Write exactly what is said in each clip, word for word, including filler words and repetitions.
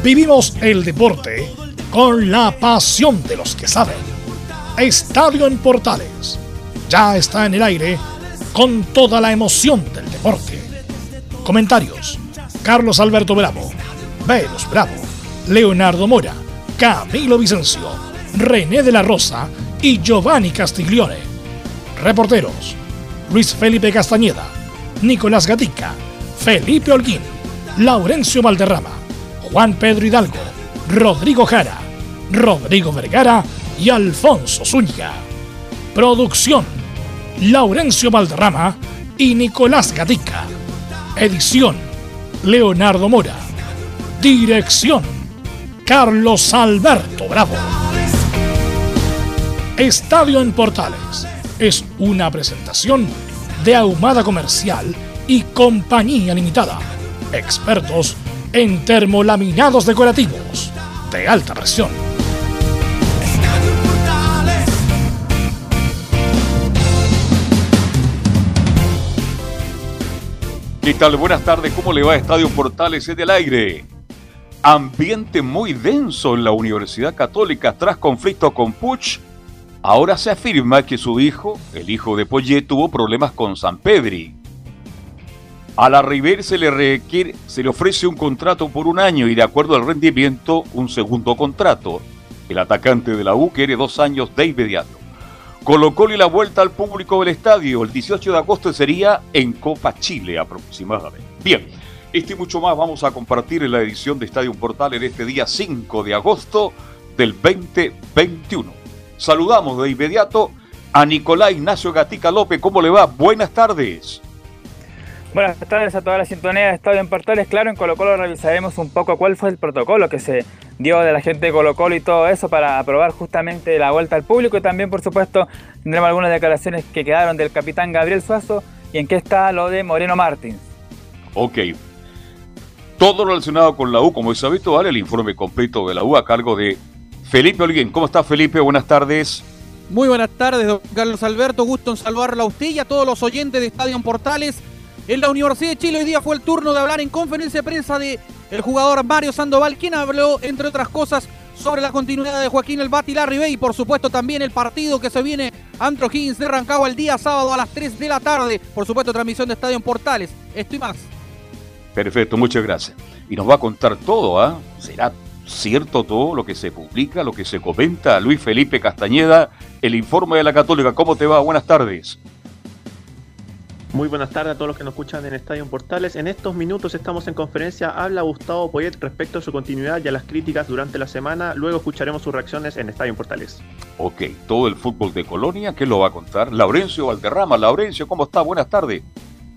Vivimos el deporte con la pasión de los que saben. Estadio en Portales ya está en el aire con toda la emoción del deporte. Comentarios: Carlos Alberto Bravo, Velus Bravo, Leonardo Mora, Camilo Vicencio, René de la Rosa y Giovanni Castiglione. Reporteros: Luis Felipe Castañeda, Nicolás Gatica, Felipe Holguín, Laurencio Valderrama, Juan Pedro Hidalgo, Rodrigo Jara, Rodrigo Vergara y Alfonso Zúñiga. Producción: Laurencio Valderrama y Nicolás Gatica. Edición: Leonardo Mora. Dirección: Carlos Alberto Bravo. Estadio en Portales es una presentación de Ahumada Comercial y Compañía Limitada, expertos en termolaminados decorativos de alta presión. ¿Qué tal? Buenas tardes, ¿cómo le va? Estadio Portales en el aire. Ambiente muy denso en la Universidad Católica tras conflicto con Puch. Ahora se afirma que su hijo, el hijo de Poyet, tuvo problemas con Sampedri. A la River se le requiere, se le ofrece un contrato por un año y de acuerdo al rendimiento un segundo contrato. El atacante de la U quiere dos años de inmediato. Colo-Colo y la vuelta al público del estadio el dieciocho de agosto sería en Copa Chile aproximadamente. Bien, esto y mucho más vamos a compartir en la edición de Estadio Portal en este día cinco de agosto del veinte veintiuno. Saludamos de inmediato a Nicolás Ignacio Gatica López. ¿Cómo le va? Buenas tardes. Buenas tardes a toda la sintonía de Estadio en Portales. Claro, en Colo-Colo revisaremos un poco cuál fue el protocolo que se dio de la gente de Colo-Colo y todo eso para aprobar justamente la vuelta al público. Y también, por supuesto, tendremos algunas declaraciones que quedaron del capitán Gabriel Suazo y en qué está lo de Moreno Martins. Ok. Todo relacionado con la U, como es habitual, el informe completo de la U a cargo de Felipe Holguín. ¿Cómo está, Felipe? Buenas tardes. Muy buenas tardes, don Carlos Alberto. Gusto en saludarla a usted y a todos los oyentes de Estadio Portales. En la Universidad de Chile hoy día fue el turno de hablar en conferencia de prensa de el jugador Mario Sandoval, quien habló, entre otras cosas, sobre la continuidad de Joaquín El Bati Larribey y por supuesto también el partido que se viene ante O'Higgins de Rancagua el día sábado a las tres de la tarde. Por supuesto, transmisión de Estadio Portales. Esto y más. Perfecto, muchas gracias. Y nos va a contar todo, ¿ah? ¿eh? ¿Será cierto todo lo que se publica, lo que se comenta? Luis Felipe Castañeda, el informe de la Católica. ¿Cómo te va? Buenas tardes. Muy buenas tardes a todos los que nos escuchan en Estadio Portales. En estos minutos estamos en conferencia. Habla Gustavo Poyet respecto a su continuidad y a las críticas durante la semana. Luego escucharemos sus reacciones en Estadio Portales. Ok, todo el fútbol de Colonia, ¿qué lo va a contar? Laurencio Valderrama. Laurencio, ¿cómo está? Buenas tardes.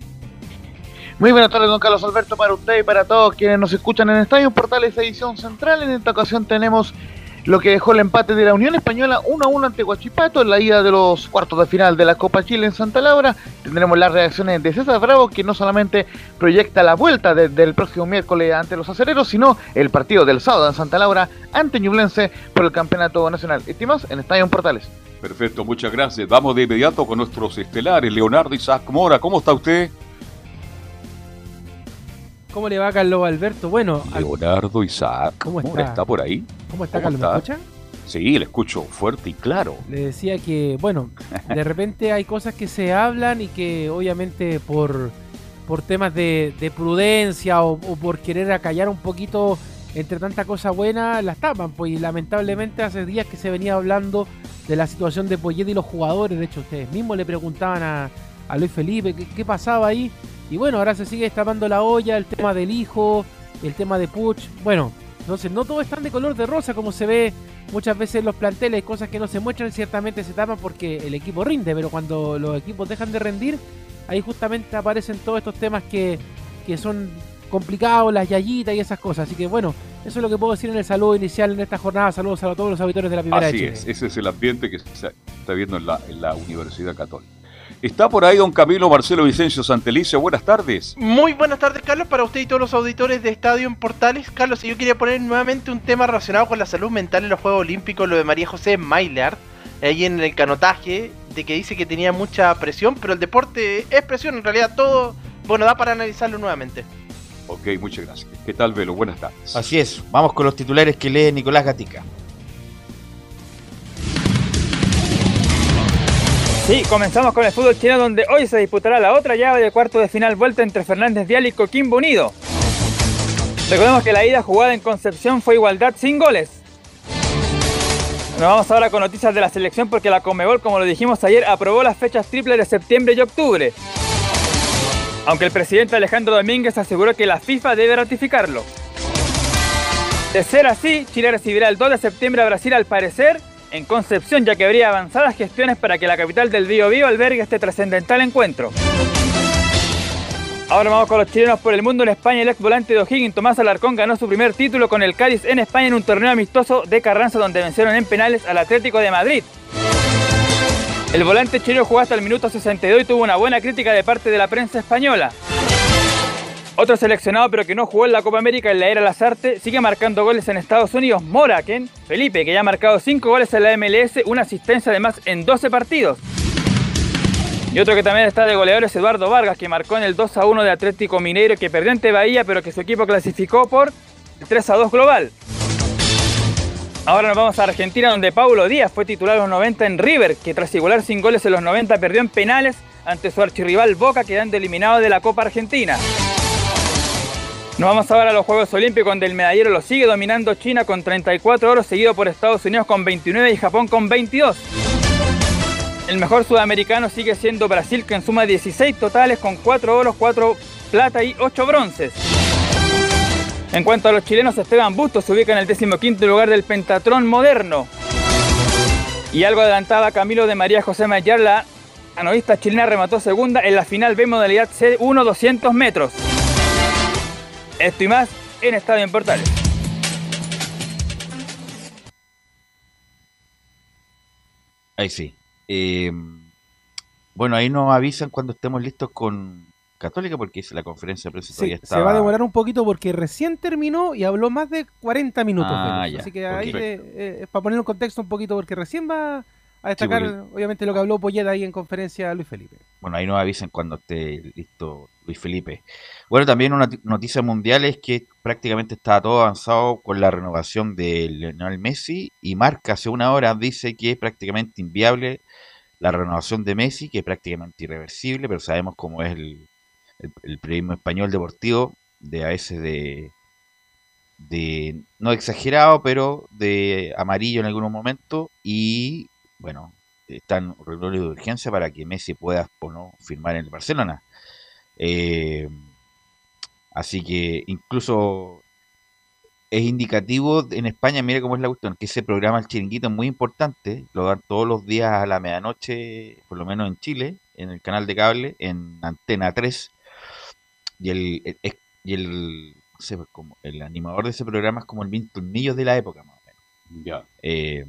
Muy buenas tardes, don Carlos Alberto, para usted y para todos quienes nos escuchan en Estadio Portales, edición central. En esta ocasión tenemos lo que dejó el empate de la Unión Española uno a uno ante Huachipato en la ida de los cuartos de final de la Copa Chile en Santa Laura. Tendremos las reacciones de César Bravo, que no solamente proyecta la vuelta de, del próximo miércoles ante los acereros, sino el partido del sábado en Santa Laura ante Ñublense por el campeonato nacional. Estimas en Estadio Portales. Perfecto, muchas gracias. Vamos de inmediato con nuestros estelares. Leonardo Isaac Mora, ¿cómo está usted? ¿Cómo le va, Carlos Alberto? Bueno, Leonardo Isaac ¿cómo está? Mora, ¿está por ahí? ¿Cómo está, ¿Cómo Carlos? está? ¿Me escucha? Sí, le escucho fuerte y claro. Le decía que, bueno, de repente hay cosas que se hablan y que obviamente por, por temas de, de prudencia o, o por querer acallar un poquito entre tanta cosa buena, las tapan. Pues y lamentablemente hace días que se venía hablando de la situación de Poyet y los jugadores. De hecho, ustedes mismos le preguntaban a, a Luis Felipe qué, qué pasaba ahí. Y bueno, ahora se sigue destapando la olla, el tema del hijo, el tema de Puch. Bueno, entonces no todo es tan de color de rosa como se ve muchas veces en los planteles. Cosas que no se muestran, ciertamente se tapan porque el equipo rinde, pero cuando los equipos dejan de rendir, ahí justamente aparecen todos estos temas que, que son complicados, las yayitas y esas cosas. Así que bueno, eso es lo que puedo decir en el saludo inicial en esta jornada. Saludos a todos los auditores de la Primera Así de Chile. es, ese es el ambiente que se está viendo en la, en la Universidad Católica. Está por ahí don Camilo Marcelo Vicencio Santelicio. Buenas tardes. Muy buenas tardes, Carlos, para usted y todos los auditores de Estadio en Portales. Carlos, yo quería poner nuevamente un tema relacionado con la salud mental en los Juegos Olímpicos, lo de María José Maillard, ahí en el canotaje, de que dice que tenía mucha presión, pero el deporte es presión, en realidad todo, bueno, da para analizarlo nuevamente. Ok, muchas gracias. ¿Qué tal, Velo? Buenas tardes. Así es, vamos con los titulares que lee Nicolás Gatica. Sí, comenzamos con el fútbol chileno, donde hoy se disputará la otra llave de cuarto de final vuelta entre Fernández Vial y Coquimbo Unido. Recordemos que la ida jugada en Concepción fue igualdad sin goles. Nos vamos ahora con noticias de la selección, porque la Conmebol, como lo dijimos ayer, aprobó las fechas triples de septiembre y octubre. Aunque el presidente Alejandro Domínguez aseguró que la FIFA debe ratificarlo. De ser así, Chile recibirá el dos de septiembre a Brasil, al parecer en Concepción, ya que habría avanzadas gestiones para que la capital del Biobío albergue este trascendental encuentro. Ahora vamos con los chilenos por el mundo. En España, el ex volante de O'Higgins, Tomás Alarcón, ganó su primer título con el Cádiz en España en un torneo amistoso de Carranza, donde vencieron en penales al Atlético de Madrid. El volante chileno jugó hasta el minuto sesenta y dos y tuvo una buena crítica de parte de la prensa española. Otro seleccionado, pero que no jugó en la Copa América, en la era Lazarte, sigue marcando goles en Estados Unidos. Moraken, Felipe, que ya ha marcado cinco goles en la M L S, una asistencia además en doce partidos. Y otro que también está de goleador es Eduardo Vargas, que marcó en el dos a uno de Atlético Mineiro, que perdió ante Bahía, pero que su equipo clasificó por el tres a dos global. Ahora nos vamos a Argentina, donde Paulo Díaz fue titular a los noventa en River, que tras igualar sin goles en los noventa perdió en penales ante su archirrival Boca, quedando eliminado de la Copa Argentina. Nos vamos ahora a los Juegos Olímpicos, donde el medallero lo sigue dominando China con treinta y cuatro oros, seguido por Estados Unidos con veintinueve y Japón con veintidós. El mejor sudamericano sigue siendo Brasil, que suma dieciséis totales con cuatro oros, cuatro plata y ocho bronces. En cuanto a los chilenos, Esteban Bustos se ubica en el decimoquinto lugar del pentatlón moderno. Y algo adelantaba Camilo de María José Mayar, la canoísta chilena remató segunda en la final B modalidad C uno doscientos metros. Esto y más en Estadio en Portales. Ahí sí. Eh, bueno, ahí nos avisan cuando estemos listos con Católica, porque la conferencia de prensa Sí, todavía está. se va a demorar un poquito porque recién terminó y habló más de cuarenta minutos. Ah, Velus. ya, Así que ahí, perfecto. eh, eh, para poner en contexto un poquito, porque recién va a destacar, Sí, porque- obviamente, lo que habló Poyet ahí en conferencia Luis Felipe. Bueno, ahí nos avisan cuando esté listo Luis Felipe. Bueno, también una t- noticia mundial es que prácticamente está todo avanzado con la renovación de Lionel Messi, y Marca hace una hora dice que es prácticamente inviable la renovación de Messi, que es prácticamente irreversible, pero sabemos cómo es el, el, el periodismo español deportivo, de a veces de, de, no exagerado, pero de amarillo en algunos momentos, y bueno, están reuniones de urgencia para que Messi pueda o no firmar en el Barcelona. Eh, así que incluso es indicativo en España, mira cómo es la cuestión, que ese programa El Chiringuito es muy importante, lo dan todos los días a la medianoche, por lo menos en Chile, en el canal de cable, en Antena tres, y el, el- es- y el, no sé, pues, como el animador de ese programa es como el Milton Millos de la época, más o menos. Ya. Eh,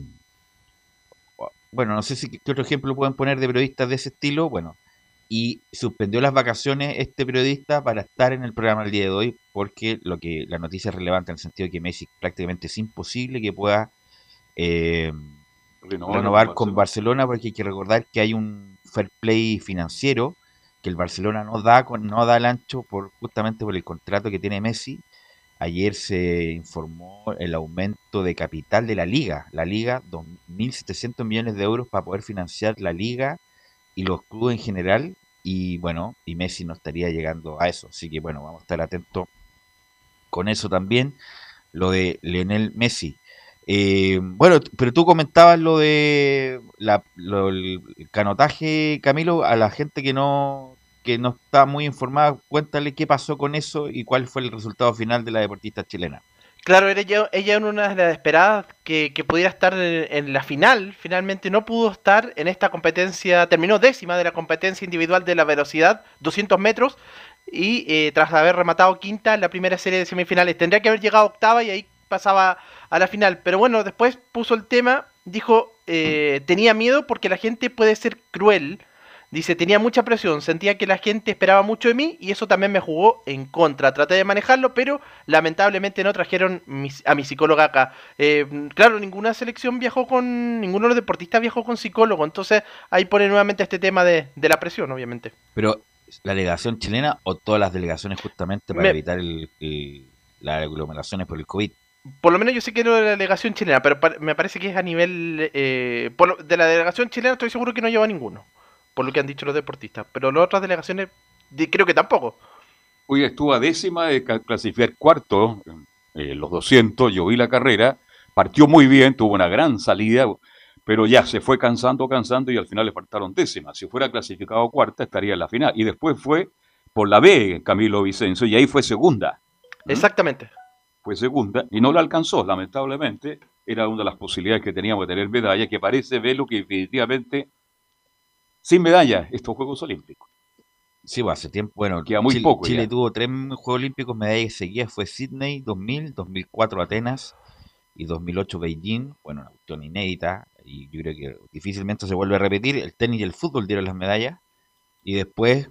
bueno, no sé si qué otro ejemplo pueden poner de periodistas de ese estilo. Bueno, y suspendió las vacaciones este periodista para estar en el programa el día de hoy, porque lo que la noticia es relevante en el sentido de que Messi prácticamente es imposible que pueda eh, Renovar, renovar con Barcelona, porque hay que recordar que hay un fair play financiero que el Barcelona no da con, no da el ancho por justamente por el contrato que tiene Messi. Ayer se informó el aumento de capital de la liga, la liga, dos mil setecientos millones de euros para poder financiar la liga y los clubes en general, y bueno, y Messi no estaría llegando a eso, así que bueno, vamos a estar atentos con eso también, lo de Lionel Messi. Eh, bueno, t- pero tú comentabas lo de la, lo- el canotaje, Camilo, a la gente que no que no está muy informada, cuéntale qué pasó con eso y cuál fue el resultado final de la deportista chilena. Claro, era ella, ella era una de las esperadas que, que pudiera estar en, en la final. Finalmente no pudo estar en esta competencia, terminó décima de la competencia individual de la velocidad, doscientos metros, y eh, tras haber rematado quinta en la primera serie de semifinales, tendría que haber llegado octava y ahí pasaba a la final. Pero bueno, después puso el tema, dijo, eh, tenía miedo porque la gente puede ser cruel. Dice, tenía mucha presión, sentía que la gente esperaba mucho de mí y eso también me jugó en contra. Traté de manejarlo, pero lamentablemente no trajeron mis- a mi psicóloga acá. Eh, claro, ninguna selección viajó con, ninguno de los deportistas viajó con psicólogo, entonces ahí pone nuevamente este tema de, de la presión, obviamente. Pero la delegación chilena o todas las delegaciones justamente para Me- evitar el, el- las aglomeraciones por el COVID. Por lo menos yo sé que era de la delegación chilena, pero pa- me parece que es a nivel... eh, por lo- de la delegación chilena estoy seguro que no lleva ninguno, por lo que han dicho los deportistas. Pero las otras delegaciones de- creo que tampoco. Hoy estuvo a décima de ca- clasificar cuarto, eh, los doscientos, yo vi la carrera, partió muy bien, tuvo una gran salida, pero ya se fue cansando, cansando y al final le faltaron décimas. Si fuera clasificado cuarta estaría en la final. Y después fue por la B, Camilo Vicencio, y ahí fue segunda. ¿Mm? Exactamente. Fue segunda y no la alcanzó, lamentablemente. Era una de las posibilidades que teníamos de tener medalla, que parece verlo que definitivamente sin medalla estos Juegos Olímpicos. Sí, pues hace tiempo, bueno, Queda muy Chile, poco Chile ya. tuvo tres Juegos Olímpicos, medallas seguidas, fue Sydney dos mil, dos mil cuatro Atenas y dos mil ocho Beijing, bueno, una cuestión inédita y yo creo que difícilmente se vuelve a repetir. El tenis y el fútbol dieron las medallas y después,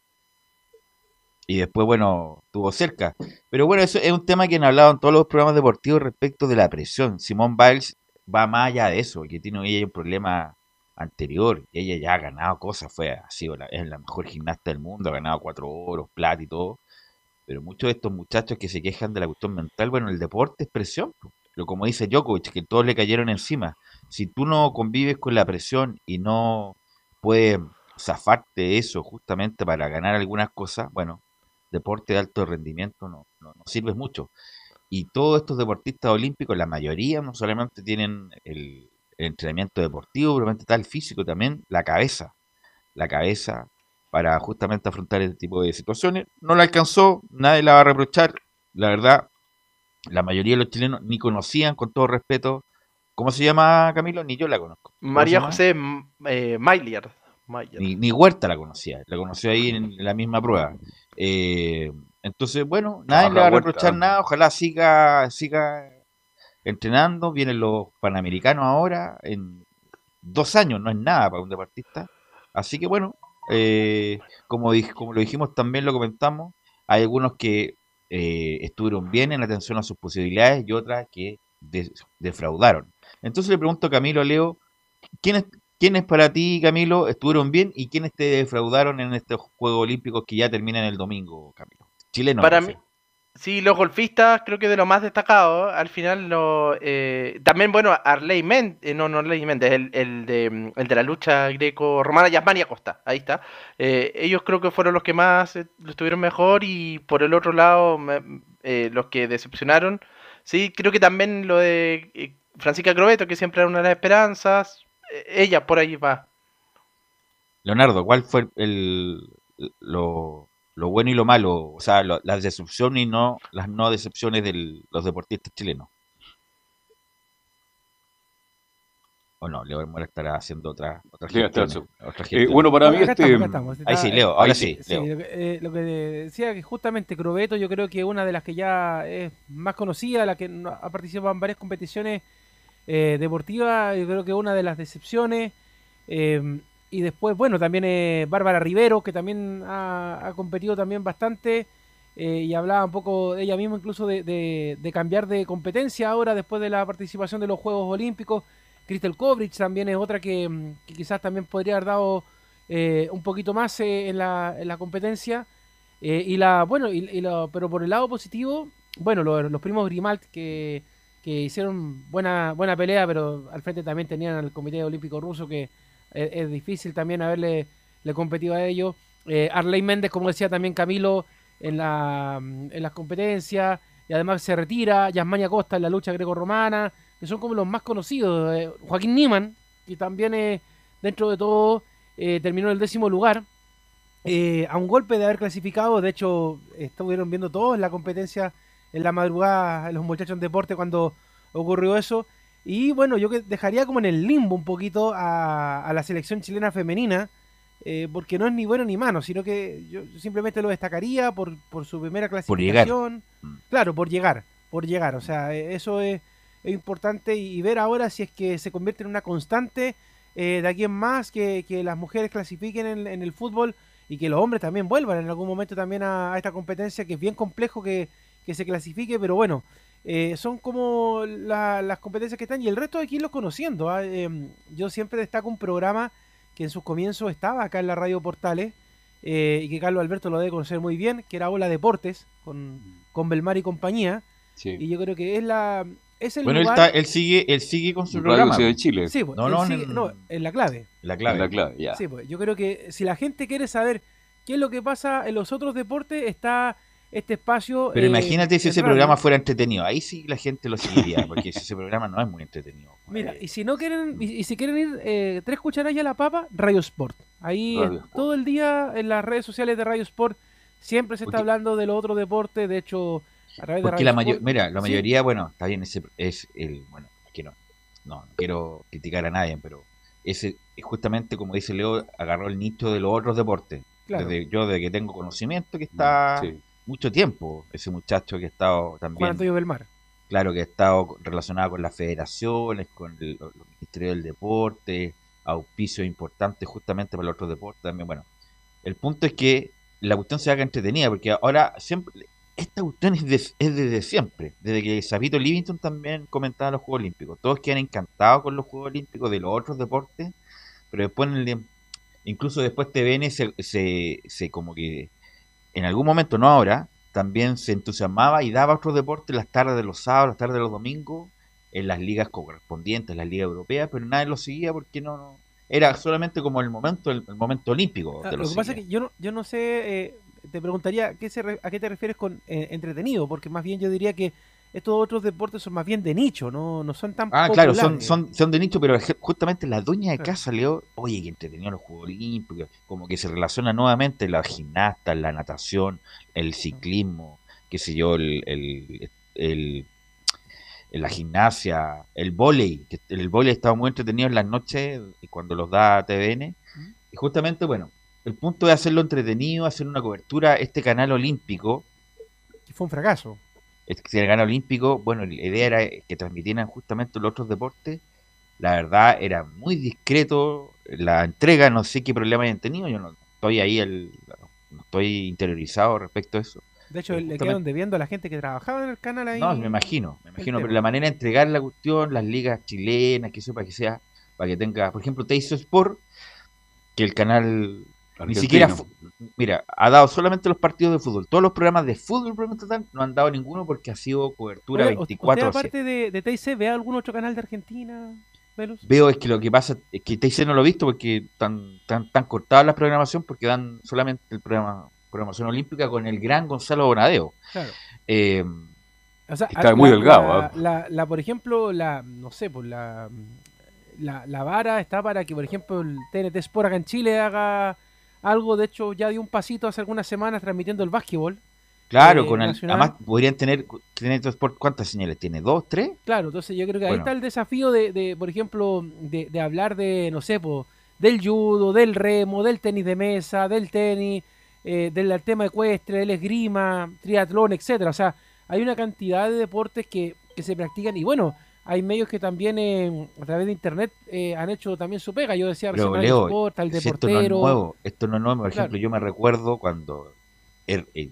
y después, bueno, tuvo cerca. Pero bueno, eso es un tema que han hablado en todos los programas deportivos respecto de la presión. Simone Biles va más allá de eso, que tiene ella un problema anterior, y ella ya ha ganado cosas, fue, ha sido la, es la mejor gimnasta del mundo, ha ganado cuatro oros, plata y todo, pero muchos de estos muchachos que se quejan de la cuestión mental, bueno, el deporte es presión, po. Pero como dice Djokovic, que todos le cayeron encima. Si tú no convives con la presión y no puedes zafarte de eso justamente para ganar algunas cosas, bueno, deporte de alto rendimiento no, no, no sirve mucho. Y todos estos deportistas olímpicos, la mayoría no solamente tienen el, el entrenamiento deportivo, pero también está el físico también, la cabeza, la cabeza para justamente afrontar este tipo de situaciones. No la alcanzó, nadie la va a reprochar. La verdad, la mayoría de los chilenos ni conocían, con todo respeto, ¿cómo se llama, Camilo? Ni yo la conozco. ¿Cómo se María llama? José M- eh, Maillard. Maillard. Ni, ni Huerta la conocía, la conoció ahí en, en la misma prueba. Eh, entonces, bueno, nadie Trabaja le va a Huerta. reprochar nada, ojalá siga, siga entrenando, vienen los Panamericanos ahora, en dos años, no es nada para un deportista. Así que bueno, eh, como, dij- como lo dijimos, también lo comentamos, hay algunos que eh, estuvieron bien en atención a sus posibilidades y otras que des- defraudaron. Entonces le pregunto a Camilo, a Leo, ¿quiénes, quiénes para ti, Camilo, estuvieron bien y quiénes te defraudaron en estos Juegos Olímpicos que ya terminan el domingo, Camilo? Chileno, me Para mí, refiero. sí, los golfistas creo que de lo más destacado. Al final, lo, eh, también, bueno, Arley Méndez, no, no Arley Méndez, el, el, de, mm, el de la lucha greco-romana, Yasmani Acosta, ahí está. Eh, ellos creo que fueron los que más eh, lo estuvieron mejor y por el otro lado, me- eh, los que decepcionaron. Sí, creo que también lo de eh, Francisca Crobeto, que siempre era una de las esperanzas. eh, ella por ahí va. Leonardo, ¿cuál fue el, lo, lo bueno y lo malo? O sea, lo- las decepciones y no las no decepciones de los deportistas chilenos. O no, Leo Mora estará haciendo otra, otras Leo está gestiones, su- otras Eh, gestiones. bueno, para Bueno, mí acá este... estamos, acá estamos. Ahí sí, Está- Leo, ahora ahí sí, Sí, Leo. lo que, eh, lo que decía que justamente Crobeto yo creo que una de las que ya es más conocida, la que no- ha participado en varias competiciones eh, deportivas, yo creo que una de las decepciones. eh, y después, bueno, también eh, Bárbara Rivero, que también ha, ha competido también bastante eh, y hablaba un poco ella misma incluso de, de- de cambiar de competencia ahora después de la participación de los Juegos Olímpicos. Crystal Kovrich también es otra que, mm, que quizás también podría haber dado eh, un poquito más eh, en, la, en la competencia. Eh, y la, bueno, y, y lo- pero por el lado positivo, bueno, los, los primos Grimalt que, que hicieron buena, buena pelea, pero al frente también tenían al Comité Olímpico Ruso, que es, es difícil también haberle le competido a ellos. Eh, Arley Méndez, como decía también Camilo, en, la, en las competencias, y además se retira. Yasmani Acosta en la lucha greco-romana, que son como los más conocidos. Eh, Joaquín Niemann, que también eh, dentro de todo eh, terminó en el décimo lugar. Eh, a un golpe de haber clasificado, de hecho, estuvieron viendo todos en la competencia en la madrugada, los muchachos en deporte, cuando ocurrió eso. Y bueno, yo que dejaría como en el limbo un poquito a, a la selección chilena femenina, eh, porque no es ni bueno ni malo, sino que yo simplemente lo destacaría por, por su primera Por llegar. clasificación. Mm. Claro, por llegar, por llegar. O sea, eh, eso es, es importante y, y ver ahora si es que se convierte en una constante eh, de aquí en más, que, que las mujeres clasifiquen en, en el fútbol y que los hombres también vuelvan en algún momento también a, a esta competencia, que es bien complejo que, que se clasifique, pero bueno, eh, son como la- las competencias que están y el resto hay que irlos conociendo. ¿Ah? Eh, yo siempre destaco un programa que en sus comienzos estaba acá en la Radio Portales, eh, y que Carlos Alberto lo debe conocer muy bien, que era Hola Deportes, con, con Belmar y compañía. Sí. Y yo creo que es la es el Bueno, él, lugar... está, él sigue él sigue con su Radio programa. Ciudad de Chile. Sí, pues, No, él no, sigue- en- no, en la clave. La clave. La clave, ya. Sí, pues yo creo que si la gente quiere saber qué es lo que pasa en los otros deportes, está este espacio. Pero eh, imagínate si en ese radio. programa fuera entretenido. Ahí sí la gente lo seguiría, porque ese programa no es muy entretenido. Mira, Eh, y si no quieren, y, y si quieren ir eh, tres cucharadas a la papa, Radio Sport. Ahí Radio eh, Sport. todo el día en las redes sociales de Radio Sport siempre se está Porque- hablando de los otros deportes. De hecho, a través de Porque Radio la Sport. mayor, mira, la sí, mayoría, bueno, está bien, ese es el, bueno, es que no, no, no quiero criticar a nadie, pero ese, justamente como dice Leo, agarró el nicho de los otros deportes. Claro. Desde, yo desde que tengo conocimiento que está Sí. mucho tiempo, ese muchacho que ha estado Juan también, Antonio Belmar. claro, que ha estado relacionado con las federaciones, con el, los ministerios del deporte, auspicios importantes justamente para los otros deportes también. Bueno, el punto es que la cuestión se haga entretenida, porque ahora siempre, esta cuestión es, de- es desde siempre, desde que Sapito Livington también comentaba los Juegos Olímpicos. Todos quedan encantados con los Juegos Olímpicos de los otros deportes, pero después, en el- incluso después T V N se, se, se como que, en algún momento, no ahora, también se entusiasmaba y daba otros deportes las tardes de los sábados, las tardes de los domingos, en las ligas correspondientes, las ligas europeas, pero nadie lo seguía porque no, no- era solamente como el momento, el, el momento olímpico. Ah, de lo los que pasa es seguía. que yo no, yo no sé, eh, te preguntaría ¿qué se re- a qué te refieres con eh, entretenido, porque más bien yo diría que estos otros deportes son más bien de nicho, no, no son tan Ah, claro, son, populares. son, son de nicho, pero je- justamente la dueña de Claro. casa, Leo, oye, que entretenido los Juegos Olímpicos, como que se relaciona nuevamente la gimnasta, la natación, el ciclismo, qué sé yo, el, el, el- el- la gimnasia, el vóley, que el vóley estaba muy entretenido en las noches y cuando los da T V N, Ujú. y justamente, bueno, el punto es hacerlo entretenido, hacer una cobertura, este canal olímpico, Que fue un fracaso. este canal olímpico, bueno, la idea era que transmitieran justamente los otros deportes. La verdad era muy discreto la entrega, no sé qué problema hayan tenido, yo no estoy ahí, el, no estoy interiorizado respecto a eso. De hecho, Pero le justamente- quedaron debiendo a la gente que trabajaba en el canal ahí. No, me imagino, me imagino, tema. pero la manera de entregar la cuestión, las ligas chilenas, que eso para que sea, para que tenga, por ejemplo, Teisio Sport, que el canal ni Argentino. siquiera, fu- mira, ha dado solamente los partidos de fútbol, todos los programas de fútbol por total, no han dado ninguno porque ha sido cobertura Oiga, veinticuatro ¿usted a siete. aparte de, de T I C ve algún otro canal de Argentina, Velus? Veo es que lo que pasa es que T I C no lo he visto porque están tan, tan cortadas las programación porque dan solamente el programa programación olímpica con el gran Gonzalo Bonadeo. Claro. Eh, O sea, Está a- muy la- delgado, La, ¿ah? la- la, por ejemplo, la, no sé, pues la, la, la vara está para que, por ejemplo, el T N T Sport acá en Chile haga algo. De hecho, ya dio un pasito hace algunas semanas transmitiendo el básquetbol. claro, Eh, con el, nacional. además podrían tener, tener Sport, ¿cuántas señales tiene? ¿Dos, tres? Claro, entonces yo creo que ahí Bueno. está el desafío de, de, por ejemplo, de, de hablar de, no sé, pues, del judo, del remo, del tenis de mesa, del tenis, eh, del tema ecuestre, del esgrima, triatlón, etcétera. O sea, hay una cantidad de deportes que, que se practican y bueno, hay medios que también eh, a través de internet eh, han hecho también su pega. Yo decía Pero, recién Leo, Radio Sport, al si esto no es deportero. nuevo, esto no es nuevo. Por Claro. ejemplo, yo me recuerdo cuando el, el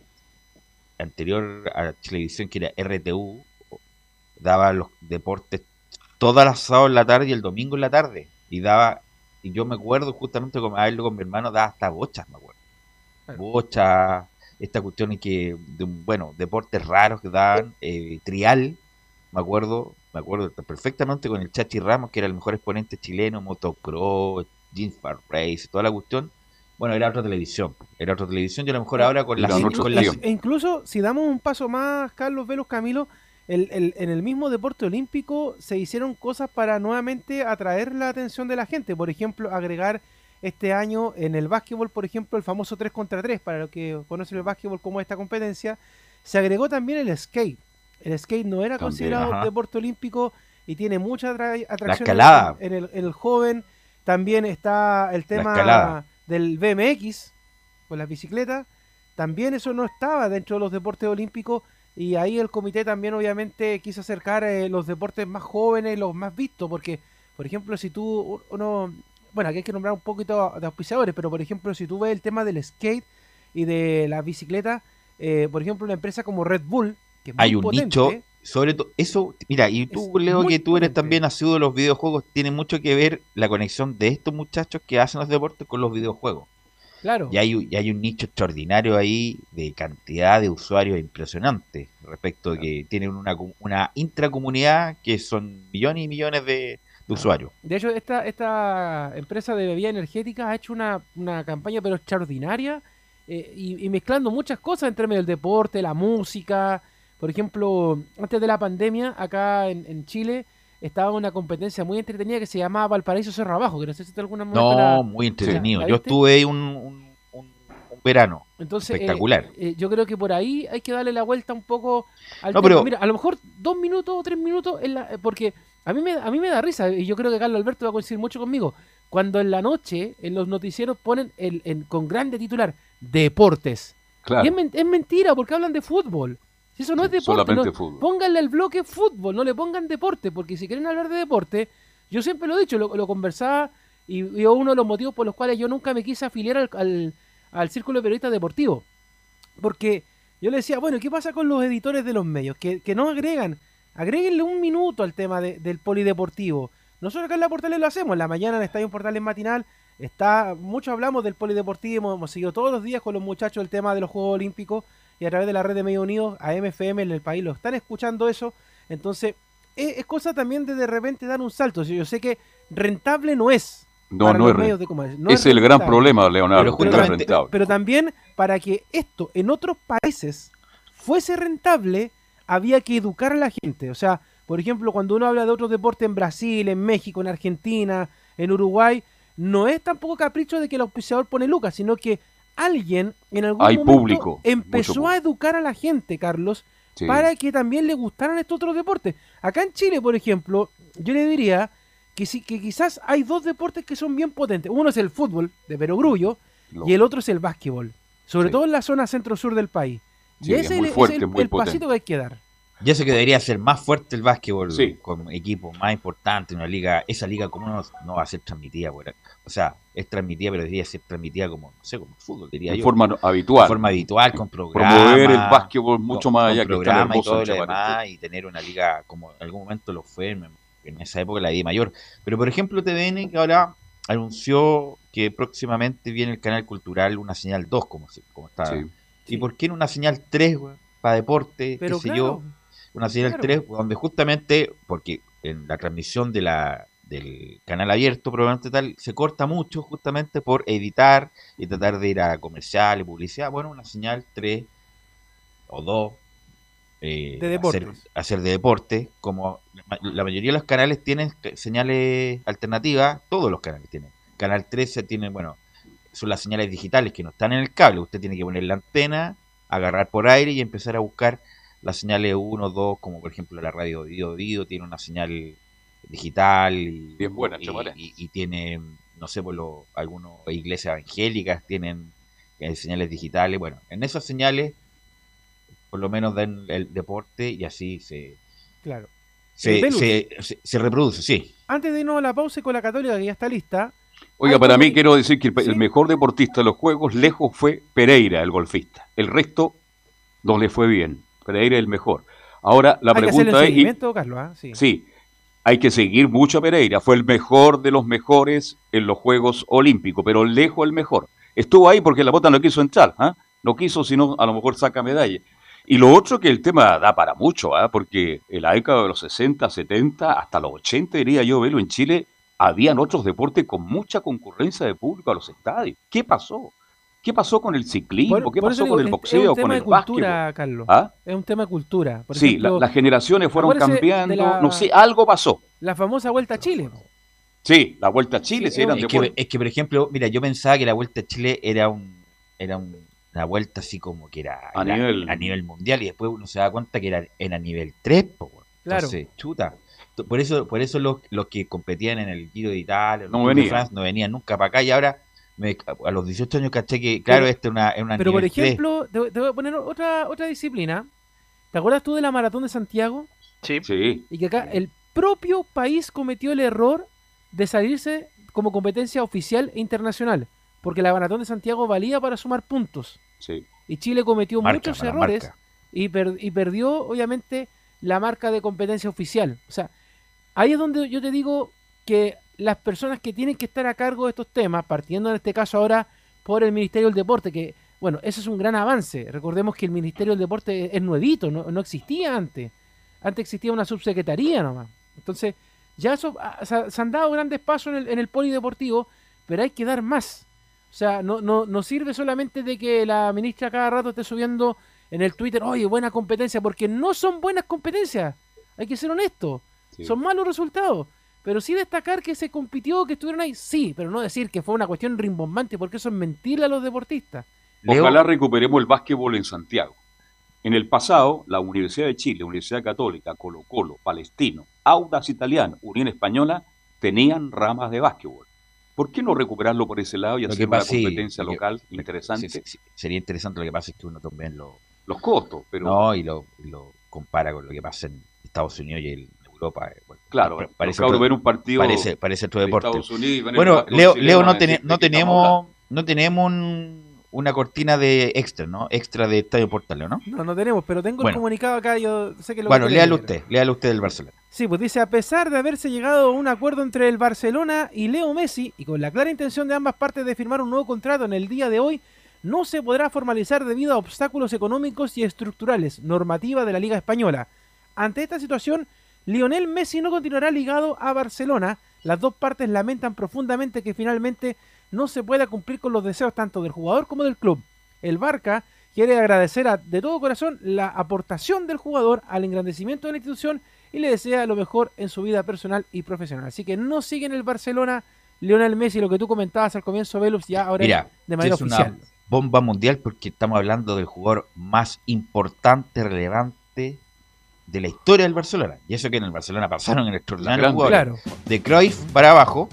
anterior a televisión, que era R T U, daba los deportes todas las sábados en la tarde y el domingo en la tarde. Y daba, y yo me acuerdo justamente con, a verlo con mi hermano, daba hasta bochas, me acuerdo. Claro. Bochas, esta cuestión y que, de un- bueno, deportes raros que daban, eh, trial, me acuerdo, me acuerdo perfectamente con el Chachi Ramos, que era el mejor exponente chileno, motocross, Jeans Far Race, toda la cuestión. Bueno, era otra televisión, era otra televisión, yo a lo mejor ahora con Eran las, otros con las- tiempos. E incluso si damos un paso más, Carlos Velos Camilo, el, el- en el mismo deporte olímpico se hicieron cosas para nuevamente atraer la atención de la gente. Por ejemplo, agregar este año en el básquetbol, por ejemplo, el famoso tres contra tres, para los que conocen el básquetbol como esta competencia, se agregó también el skate. El skate no era También, considerado ajá. deporte olímpico y tiene mucha atra- atracción en- escalada. en, el, en el joven. También está el tema escalada. del B M X con las bicicletas. También eso no estaba dentro de los deportes olímpicos y ahí el comité también obviamente quiso acercar eh, los deportes más jóvenes, los más vistos, porque por ejemplo si tú uno, bueno, aquí hay que nombrar un poquito de auspiciadores, pero por ejemplo si tú ves el tema del skate y de las bicicletas, eh, por ejemplo una empresa como Red Bull, que es muy hay un potente, nicho, sobre todo, eso, mira, y tú, Es Leo, muy que tú eres potente. también nacido de los videojuegos, tiene mucho que ver la conexión de estos muchachos que hacen los deportes con los videojuegos. Claro. Y hay, y hay un nicho extraordinario ahí de cantidad de usuarios impresionante respecto de que tienen una, cu- una intracomunidad que son millones y millones de, de usuarios. De hecho, esta, esta empresa de bebidas energéticas ha hecho una, una campaña pero extraordinaria eh, y, y mezclando muchas cosas entre medio del deporte, la música. Por ejemplo, antes de la pandemia, acá en, en Chile, estaba una competencia muy entretenida que se llamaba Valparaíso Cerro Abajo, que no sé si tú alguna momento No, la, muy la- entretenido. la Yo viste. estuve ahí un, un, un- un verano Entonces, eh, espectacular. eh, yo creo que por ahí hay que darle la vuelta un poco al No, tema. pero- Mira, a lo mejor dos minutos o tres minutos, en la- eh, porque a mí, me, a mí me da risa, y yo creo que Carlos Alberto va a coincidir mucho conmigo, cuando en la noche, en los noticieros, ponen el, en- con grande titular, deportes. Claro. Y es, men- es mentira, porque hablan de fútbol. Si eso no es deporte, solamente no- fútbol. pónganle al bloque fútbol, no le pongan deporte, porque si quieren hablar de deporte, yo siempre lo he dicho, lo, lo conversaba, y, y uno de los motivos por los cuales yo nunca me quise afiliar al, al, al círculo de periodistas deportivos. Porque yo le decía, bueno, ¿qué pasa con los editores de los medios? Que, que no agregan, agréguenle un minuto al tema de- del polideportivo. Nosotros acá en la Portales lo hacemos, en la mañana en Estadio Portales Matinal, está, mucho hablamos del polideportivo, hemos, hemos seguido todos los días con los muchachos el tema de los Juegos Olímpicos, y a través de la red de Medios Unidos, a M F M en el país lo están escuchando eso, entonces es, es cosa también de de repente dar un salto. Yo sé que rentable no es No, para no los es, re- medios de comunicación, no es el gran rentable. problema, Leonardo, Pero que no es justamente- rentable. Pero también para que esto en otros países fuese rentable, había que educar a la gente. O sea, por ejemplo, cuando uno habla de otros deportes en Brasil, en México, en Argentina, en Uruguay, no es tampoco capricho de que el auspiciador pone lucas, sino que alguien en algún Hay momento público, empezó mucho a público. educar a la gente, Carlos, Sí. para que también le gustaran estos otros deportes. Acá en Chile, por ejemplo, yo le diría que, sí, que quizás hay dos deportes que son bien potentes. Uno es el fútbol de perogrullo Lo- y el otro es el básquetbol, sobre Sí. todo en la zona centro-sur del país. Sí, y es ese muy es, el- fuerte, es el, muy el potente. pasito que hay que dar. Y eso que debería ser más fuerte el básquetbol, Sí. con equipos más importantes, una liga, esa liga como no, no va a ser transmitida, por- o sea, es transmitida, pero debería ser transmitida como, no sé, como el fútbol, diría En yo. forma no- habitual. De forma habitual, con programas. Promover el básquetbol mucho con- más con allá que estar programa y hermoso todo en lo Chamarito. demás, y tener una liga como en algún momento lo fue, en, en esa época la di mayor. Pero por ejemplo T V N que ahora anunció que próximamente viene el canal cultural, una señal dos, como, se- como está. Sí. ¿Y por qué en una señal tres, para deporte, Pero qué sé claro, yo? Una señal claro. tres, donde justamente, porque en la transmisión de la del canal abierto, probablemente tal, se corta mucho justamente por editar y tratar de ir a comercial y publicidad. Bueno, una señal tres o dos eh, De deportes. hacer, hacer de deporte, como la ma- la mayoría de los canales tienen que- señales alternativas, todos los canales tienen. Canal trece tiene, bueno, son las señales digitales que no están en el cable. Usted tiene que poner la antena, agarrar por aire y empezar a buscar las señales uno, dos, como por ejemplo la radio Dio Dio tiene una señal digital y, Bien buena, y, chavales. y- y tiene, no sé, por lo, algunas iglesias evangélicas tienen eh, señales digitales. Bueno, en esas señales por lo menos den el deporte y así se, Claro. se, Eh, Velus. se, se- se reproduce, sí. Antes de irnos a la pausa y con la Católica, que ya está lista. Oiga, hay para como- mí quiero decir que el, Sí. el mejor deportista de los Juegos lejos fue Pereira, el golfista. El resto no le fue bien. Pereira es el mejor. Ahora, la hay que hacerle pregunta un es... y- seguimiento, Carlos. ¿ah? Sí. Sí, hay que seguir mucho a Pereira. Fue el mejor de los mejores en los Juegos Olímpicos, pero lejos el mejor. Estuvo ahí porque la bota no quiso entrar, ¿ah? No quiso, sino a lo mejor saca medalla. Y lo otro que el tema da para mucho, ¿ah? Porque en la década de los sesenta, setenta, hasta los ochenta, diría yo, Velo, en Chile, habían otros deportes con mucha concurrencia de público a los estadios. ¿Qué pasó? ¿Qué pasó con el ciclismo? Por- ¿Qué por pasó eso digo, con el es- boxeo? Es un con tema el de cultura, básquetbol? Carlos. ¿Ah? Es un tema de cultura. Por Sí, ejemplo, la- las generaciones fueron acuérdese de cambiando, la- no sé, algo pasó. la famosa Vuelta a Chile. Sí, la Vuelta a Chile, Sí, si eran Es de que, acuerdo. es que, por ejemplo, mira, yo pensaba que la Vuelta a Chile era un era un- una vuelta así como que era, A era nivel- a nivel mundial, y después uno se da cuenta que era, era nivel tres, po, weón. Claro. Entonces, chuta. T- Por eso, por eso los, los que competían en el Giro de Italia, el No Tour de venían. France, no venían nunca para acá, y ahora me- a los dieciocho años caché que, claro, Pero- este es una, es una Pero por nivel tres. ejemplo, te, te voy a poner otra, otra disciplina. ¿Te acuerdas tú de la Maratón de Santiago? Sí. Sí, Y que acá el propio país cometió el error de salirse como competencia oficial e internacional. Porque la Maratón de Santiago valía para sumar puntos. sí. Y Chile cometió Marca, muchos para errores marca. y, per- y perdió, obviamente, la marca de competencia oficial. O sea, ahí es donde yo te digo que las personas que tienen que estar a cargo de estos temas, partiendo en este caso ahora por el Ministerio del Deporte, que, bueno, eso es un gran avance. Recordemos que el Ministerio del Deporte es nuevito, no, no existía antes. Antes existía una subsecretaría nomás. Entonces, ya eso, se, se han dado grandes pasos en el, en el polideportivo, pero hay que dar más. O sea, no, no, no sirve solamente de que la ministra cada rato esté subiendo en el Twitter, oye, buena competencia, porque no son buenas competencias. Hay que ser honestos. Sí. Son malos resultados. Pero sí destacar que se compitió, que estuvieron ahí, sí, pero no decir que fue una cuestión rimbombante, porque eso es mentirle a los deportistas. Ojalá recuperemos el básquetbol en Santiago. En el pasado, la Universidad de Chile, Universidad Católica, Colo Colo, Palestino, Audax Italiano, Unión Española, tenían ramas de básquetbol. ¿Por qué no recuperarlo por ese lado y hacer una competencia sí, local que, interesante? Sí, sí, sería interesante. Lo que pasa es que uno también lo... Los costos, pero... No, y lo, lo compara con lo que pasa en Estados Unidos y en Europa. Bueno, claro, parece otro, ver un partido parece, parece otro deporte. Estados Unidos, bueno, Leo, Leo no, ten, no tenemos no tenemos un, una cortina de extra, ¿no? Extra de Estadio Portales, ¿no? No, no tenemos, pero tengo bueno. el comunicado acá, yo sé que lo Bueno, léalo usted, léalo usted del Barcelona. Sí, pues dice, a pesar de haberse llegado a un acuerdo entre el Barcelona y Leo Messi, y con la clara intención de ambas partes de firmar un nuevo contrato en el día de hoy, no se podrá formalizar debido a obstáculos económicos y estructurales, normativa de la Liga Española. Ante esta situación, Lionel Messi no continuará ligado a Barcelona. Las dos partes lamentan profundamente que finalmente no se pueda cumplir con los deseos tanto del jugador como del club. El Barca quiere agradecer a, de todo corazón la aportación del jugador al engrandecimiento de la institución y le desea lo mejor en su vida personal y profesional. Así que no sigue en el Barcelona Lionel Messi, lo que tú comentabas al comienzo, Velus, ya ahora Mira, de manera es oficial. Una bomba mundial porque estamos hablando del jugador más importante, relevante de la historia del Barcelona. Y eso que en el Barcelona pasaron en extraordinarios jugadores. Claro. De Cruyff para abajo.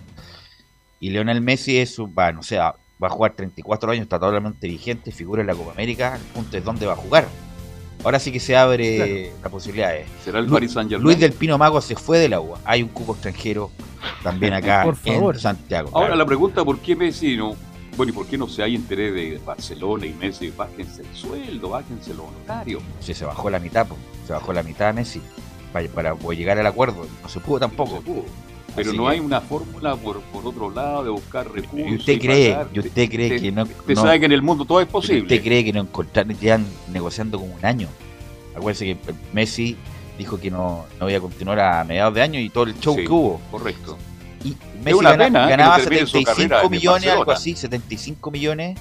Y Lionel Messi es un, va, no sé, va a jugar treinta y cuatro años, está totalmente vigente, figura en la Copa América, el punto es dónde va a jugar. Ahora sí que se abre claro. la posibilidad. De, ¿Será el Paris Saint-Germain? Luis del Pino Mago se fue de la U A. Hay un cupo extranjero también acá Por favor. en Santiago. Ahora claro. la pregunta, ¿por qué Messi no? Bueno, ¿y por qué no se hay interés de Barcelona y Messi? Bájense el sueldo, bájense los honorarios. Sí, se bajó la mitad, pues. Se bajó la mitad Messi para, para poder llegar al acuerdo. No se pudo tampoco. No se pudo. Pero Así no que... hay una fórmula por, por otro lado de buscar recursos. ¿Y usted cree, pagar? ¿Y usted cree te, que no? Usted no, sabe que en el mundo todo es posible. ¿Usted cree que no encontraron, llevan negociando como un año? Acuérdense que Messi dijo que no, no iba a continuar a mediados de año y todo el show sí, que hubo. Correcto. Y Messi una gana, pena, ganaba que no setenta y cinco millones, algo así, setenta y cinco millones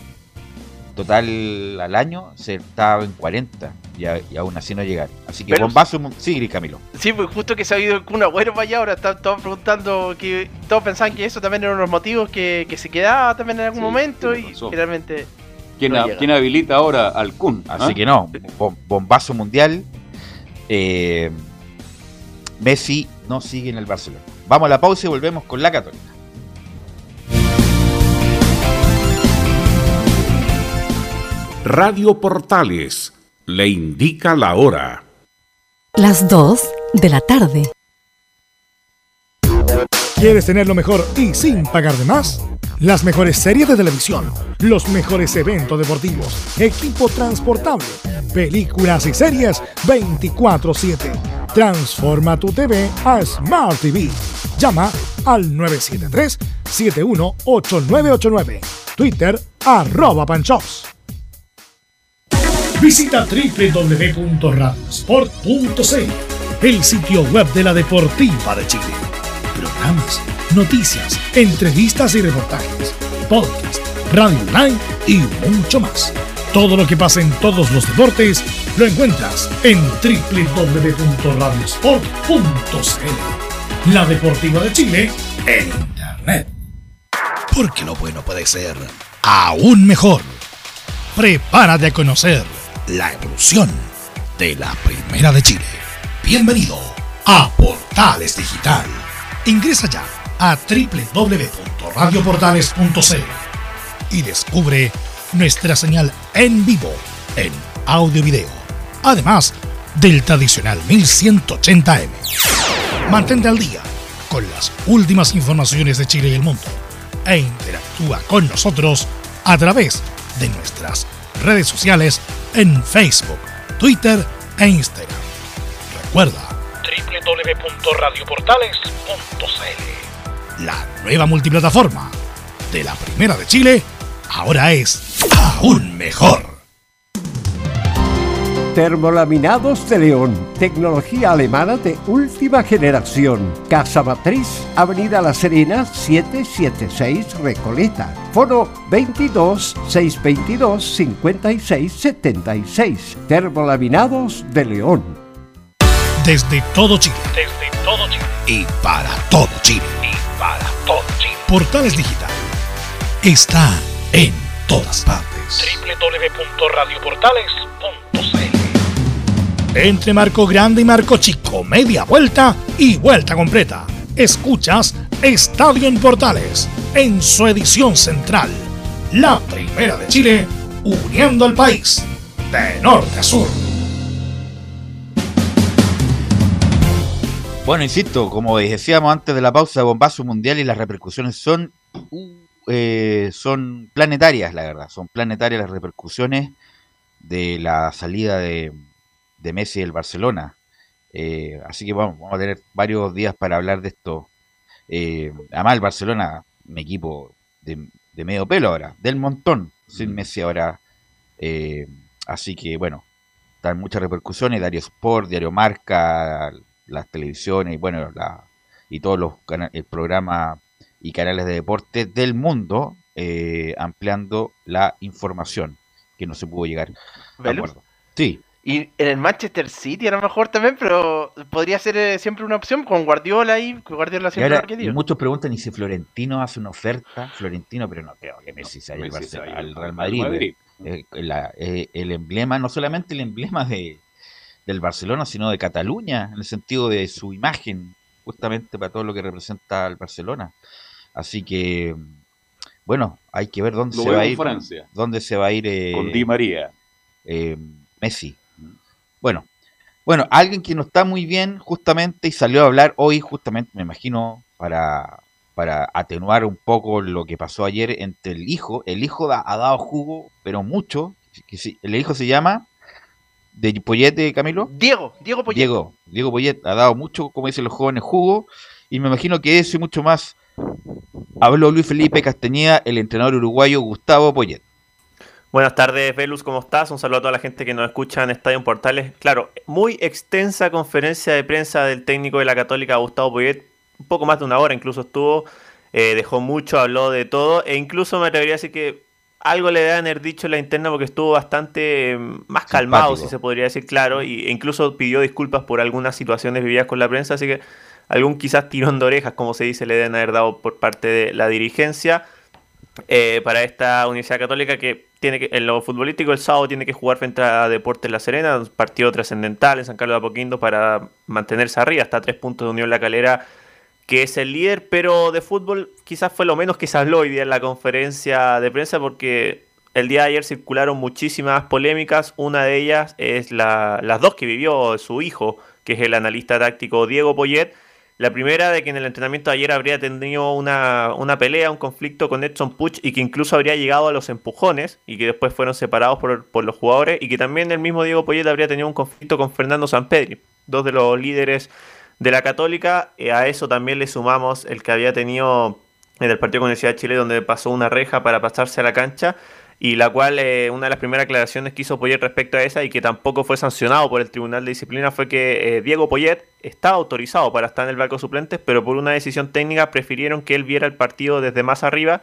total al año, se estaba en cuarenta y, a, y aún así no llegar. Así que Pero, bombazo, sí, Camilo. Sí, pues justo que se ha ido el Kun Agüero para allá, ahora están todos preguntando, que todos pensaban que eso también era uno de los motivos que, que se quedaba también en algún sí, momento y finalmente... ¿Quién, no ¿Quién habilita ahora al Kun? Así ¿eh? que no, bombazo mundial. Eh, Messi no sigue en el Barcelona. Vamos a la pausa y volvemos con la Católica. Radio Portales le indica la hora. Las dos de la tarde. ¿Quieres tener lo mejor y sin pagar de más? Las mejores series de televisión, los mejores eventos deportivos, equipo transportable, películas y series veinticuatro siete. Transforma tu T V a Smart T V. Llama al nueve siete tres, siete uno ocho nueve ocho nueve. Twitter, arroba Panchops. Visita doble u doble u doble u punto radiosport punto c l, el sitio web de la Deportiva de Chile. Programas, noticias, entrevistas y reportajes, podcast, radio online y mucho más. Todo lo que pasa en todos los deportes lo encuentras en doble u doble u doble u punto radiosport punto c l. La Deportiva de Chile en Internet. Porque lo bueno puede ser aún mejor. Prepárate a conocer la evolución de la Primera de Chile. Bienvenido a Portales Digital. Ingresa ya a doble u doble u doble u punto radio portales punto c l y descubre nuestra señal en vivo en audio y video, además del tradicional mil ciento ochenta eme. Mantente al día con las últimas informaciones de Chile y el mundo e interactúa con nosotros a través de nuestras redes sociales en Facebook, Twitter e Instagram. Recuerda doble u doble u doble u punto radio portales punto c l, la nueva multiplataforma de la Primera de Chile ahora es aún mejor. Termolaminados de León, tecnología alemana de última generación. Casa Matriz, Avenida La Serena, setecientos setenta y seis Recoleta. Foro veintidós, seiscientos veintidós, cincuenta y seis setenta y seis. Termolaminados de León. Desde todo Chile. Desde todo Chile. Y para todo Chile. Y para todo Chile. Portales Digital está en todas partes. doble u doble u doble u punto radio portales punto c l. Entre marco grande y marco chico, media vuelta y vuelta completa. Escuchas Estadio en Portales, en su edición central. La primera de Chile, uniendo al país, de norte a sur. Bueno, insisto, como decíamos antes de la pausa, bombazo mundial y las repercusiones son, uh, eh, son planetarias, la verdad. Son planetarias las repercusiones de la salida de... de Messi del Barcelona. Eh, así que vamos, vamos a tener varios días para hablar de esto. Eh, además el Barcelona, un equipo de, de medio pelo ahora, del montón, sin Messi ahora. Eh, así que bueno, están muchas repercusiones, Diario Sport, Diario Marca, las televisiones y bueno, la, y todos los cana- el programa y canales de deporte del mundo eh, ampliando la información que no se pudo llegar a acuerdo. Sí. Y en el Manchester City a lo mejor también, pero podría ser eh, siempre una opción con Guardiola ahí, que Guardiola siempre y, ahora, lo ha querido. Y muchos preguntan, ¿y si Florentino hace una oferta? Florentino, pero no creo que Messi se vaya al, Barcelona, al Real Madrid. Madrid. Eh, la, eh, el emblema, no solamente el emblema de del Barcelona, sino de Cataluña, en el sentido de su imagen, justamente para todo lo que representa al Barcelona. Así que, bueno, hay que ver dónde lo se va a ir. Francia. Dónde se va a ir eh, con Di María. Eh, Messi. Bueno, bueno, alguien que no está muy bien justamente y salió a hablar hoy justamente, me imagino, para, para atenuar un poco lo que pasó ayer entre el hijo. El hijo da, ha dado jugo, pero mucho. Que si, el hijo se llama de Poyet, Camilo. Diego, Diego Poyet. Diego, Diego Poyet ha dado mucho, como dicen los jóvenes, jugo. Y me imagino que eso y mucho más habló Luis Felipe Castañeda, el entrenador uruguayo Gustavo Poyet. Buenas tardes, Velus, ¿cómo estás? Un saludo a toda la gente que nos escucha en Estadio en Portales. Claro, muy extensa conferencia de prensa del técnico de la Católica, Gustavo Poyet, un poco más de una hora incluso estuvo, eh, dejó mucho, habló de todo, e incluso me atrevería a decir que algo le deben haber dicho en la interna porque estuvo bastante más calmado, simpático, si se podría decir, claro, y, e incluso pidió disculpas por algunas situaciones vividas con la prensa, así que algún quizás tirón de orejas, como se dice, le deben haber dado por parte de la dirigencia eh, para esta Universidad Católica que tiene que, en lo futbolístico el sábado tiene que jugar frente a Deportes La Serena, un partido trascendental en San Carlos de Apoquindo para mantenerse arriba, hasta tres puntos de Unión La Calera, que es el líder, pero de fútbol quizás fue lo menos que se habló hoy día en la conferencia de prensa porque el día de ayer circularon muchísimas polémicas, una de ellas es la, las dos que vivió su hijo, que es el analista táctico Diego Poyet. La primera de que en el entrenamiento de ayer habría tenido una, una pelea, un conflicto con Edson Puch y que incluso habría llegado a los empujones y que después fueron separados por, por los jugadores y que también el mismo Diego Poyet habría tenido un conflicto con Fernando Sampedri, dos de los líderes de la Católica. Eh, a eso también le sumamos el que había tenido en el partido con Universidad de Chile donde pasó una reja para pasarse a la cancha y la cual eh, una de las primeras aclaraciones que hizo Poyet respecto a esa y que tampoco fue sancionado por el Tribunal de Disciplina fue que eh, Diego Poyet estaba autorizado para estar en el banco de suplentes, pero por una decisión técnica prefirieron que él viera el partido desde más arriba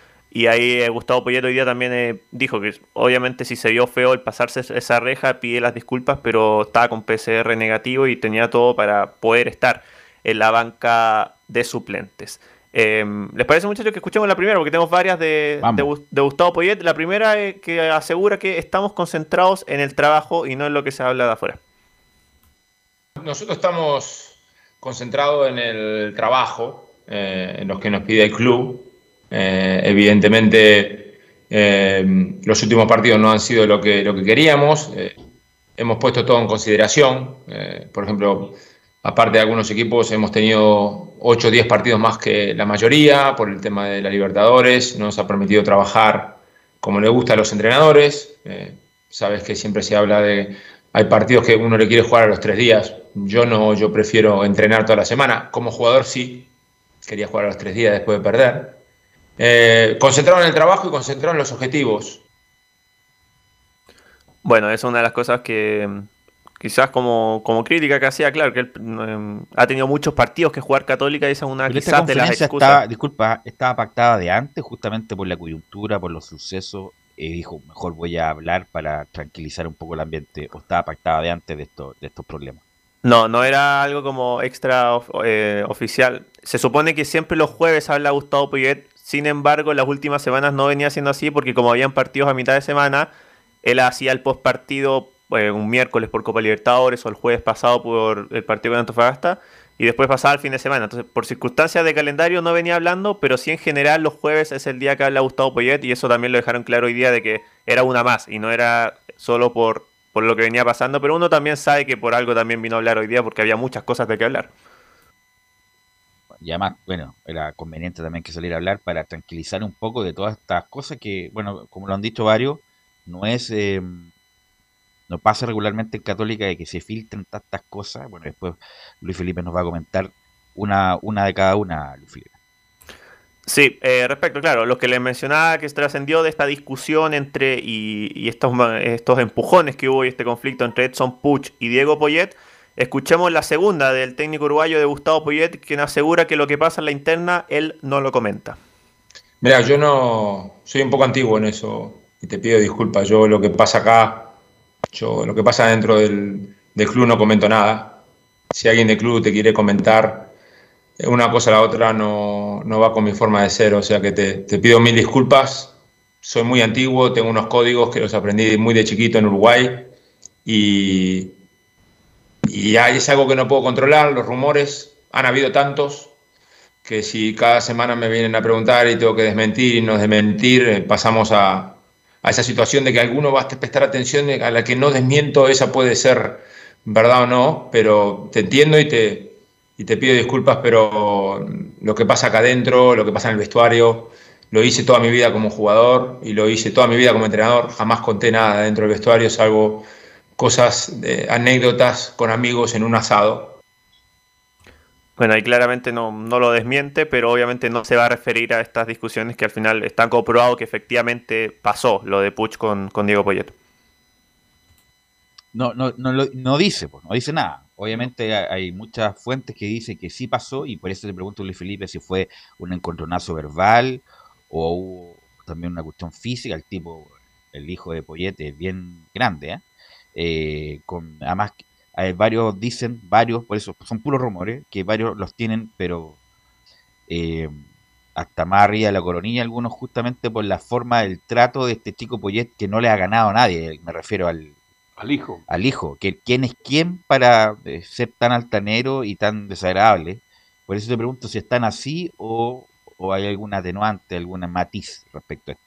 y ahí eh, Gustavo Poyet hoy día también eh, dijo que obviamente si se vio feo el pasarse esa reja pide las disculpas, pero estaba con P C R negativo y tenía todo para poder estar en la banca de suplentes. Eh, ¿Les parece, muchachos, que escuchemos la primera? Porque tenemos varias de, de, de Gustavo Poyet. La primera es que asegura que estamos concentrados en el trabajo y no en lo que se habla de afuera. Nosotros estamos concentrados en el trabajo, eh, en lo que nos pide el club. Eh, evidentemente, eh, los últimos partidos no han sido lo que, lo que queríamos. Eh, hemos puesto todo en consideración. Eh, por ejemplo, aparte de algunos equipos, hemos tenido ocho o diez partidos más que la mayoría por el tema de la Libertadores. Nos ha permitido trabajar como le gusta a los entrenadores. Eh, sabes que siempre se habla de... Hay partidos que uno le quiere jugar a los tres días. Yo no, yo prefiero entrenar toda la semana. Como jugador sí, quería jugar a los tres días después de perder. eh, concentrado en el trabajo y concentrado en los objetivos. Bueno, esa es una de las cosas que mm, quizás como, como crítica que hacía, claro, que él mm, ha tenido muchos partidos que jugar Católica y esa es una Pero esta quizás de las conferencia excusas. estaba, disculpa, estaba pactada de antes, justamente por la coyuntura, por los sucesos, y dijo, mejor voy a hablar para tranquilizar un poco el ambiente, o estaba pactada de antes de estos, de estos problemas. No, no era algo como extra of- eh, oficial. Se supone que siempre los jueves habla Gustavo Poyet, sin embargo, en las últimas semanas no venía siendo así porque como habían partidos a mitad de semana, él hacía el post partido eh, un miércoles por Copa Libertadores o el jueves pasado por el partido con Antofagasta y después pasaba el fin de semana. Entonces, por circunstancias de calendario no venía hablando, pero sí en general los jueves es el día que habla Gustavo Poyet y eso también lo dejaron claro hoy día de que era una más y no era solo por, por lo que venía pasando, pero uno también sabe que por algo también vino a hablar hoy día porque había muchas cosas de qué hablar. Y además, bueno, era conveniente también que saliera a hablar para tranquilizar un poco de todas estas cosas que, bueno, como lo han dicho varios, no es, eh, no pasa regularmente en Católica de que se filtren tantas cosas. Bueno, después Luis Felipe nos va a comentar una, una de cada una, Luis Felipe. Sí, eh, respecto, claro, lo que les mencionaba que se trascendió de esta discusión entre y, y estos, ma- estos empujones que hubo y este conflicto entre Edson Puch y Diego Poyet, escuchemos la segunda del técnico uruguayo de Gustavo Poyet, quien asegura que lo que pasa en la interna él no lo comenta. Mira, yo no soy un poco antiguo en eso y te pido disculpas. Yo lo que pasa acá, yo lo que pasa dentro del, del club no comento nada. Si alguien del club te quiere comentar una cosa a la otra, no, no va con mi forma de ser. O sea que te, te pido mil disculpas. Soy muy antiguo, tengo unos códigos que los aprendí muy de chiquito en Uruguay y, y ahí es algo que no puedo controlar. Los rumores, han habido tantos que si cada semana me vienen a preguntar y tengo que desmentir y no desmentir, eh, pasamos a, a esa situación de que alguno va a prestar atención a la que no desmiento, esa puede ser verdad o no, pero te entiendo y te, y te pido disculpas, pero lo que pasa acá adentro, lo que pasa en el vestuario, lo hice toda mi vida como jugador y lo hice toda mi vida como entrenador, jamás conté nada dentro del vestuario, salvo cosas, de, anécdotas con amigos en un asado. Bueno, ahí claramente no, no lo desmiente, pero obviamente no se va a referir a estas discusiones que al final están comprobado que efectivamente pasó lo de Puch con, con Diego Poyet. No, no, no, lo- no dice, pues, no dice nada. Obviamente hay, hay muchas fuentes que dicen que sí pasó y por eso le pregunto a Luis Felipe si fue un encontronazo verbal o hubo también una cuestión física. El tipo, el hijo de Poyet es bien grande, ¿eh? Eh, con, además, hay varios dicen, varios, por eso son puros rumores, que varios los tienen, pero eh, hasta más arriba de la coronilla, algunos justamente por la forma del trato de este chico Poyet que no le ha ganado a nadie, me refiero al, Al hijo. al hijo, que quién es quién para eh, ser tan altanero y tan desagradable. Por eso te pregunto si están así o, o hay algún atenuante, algún matiz respecto a esto.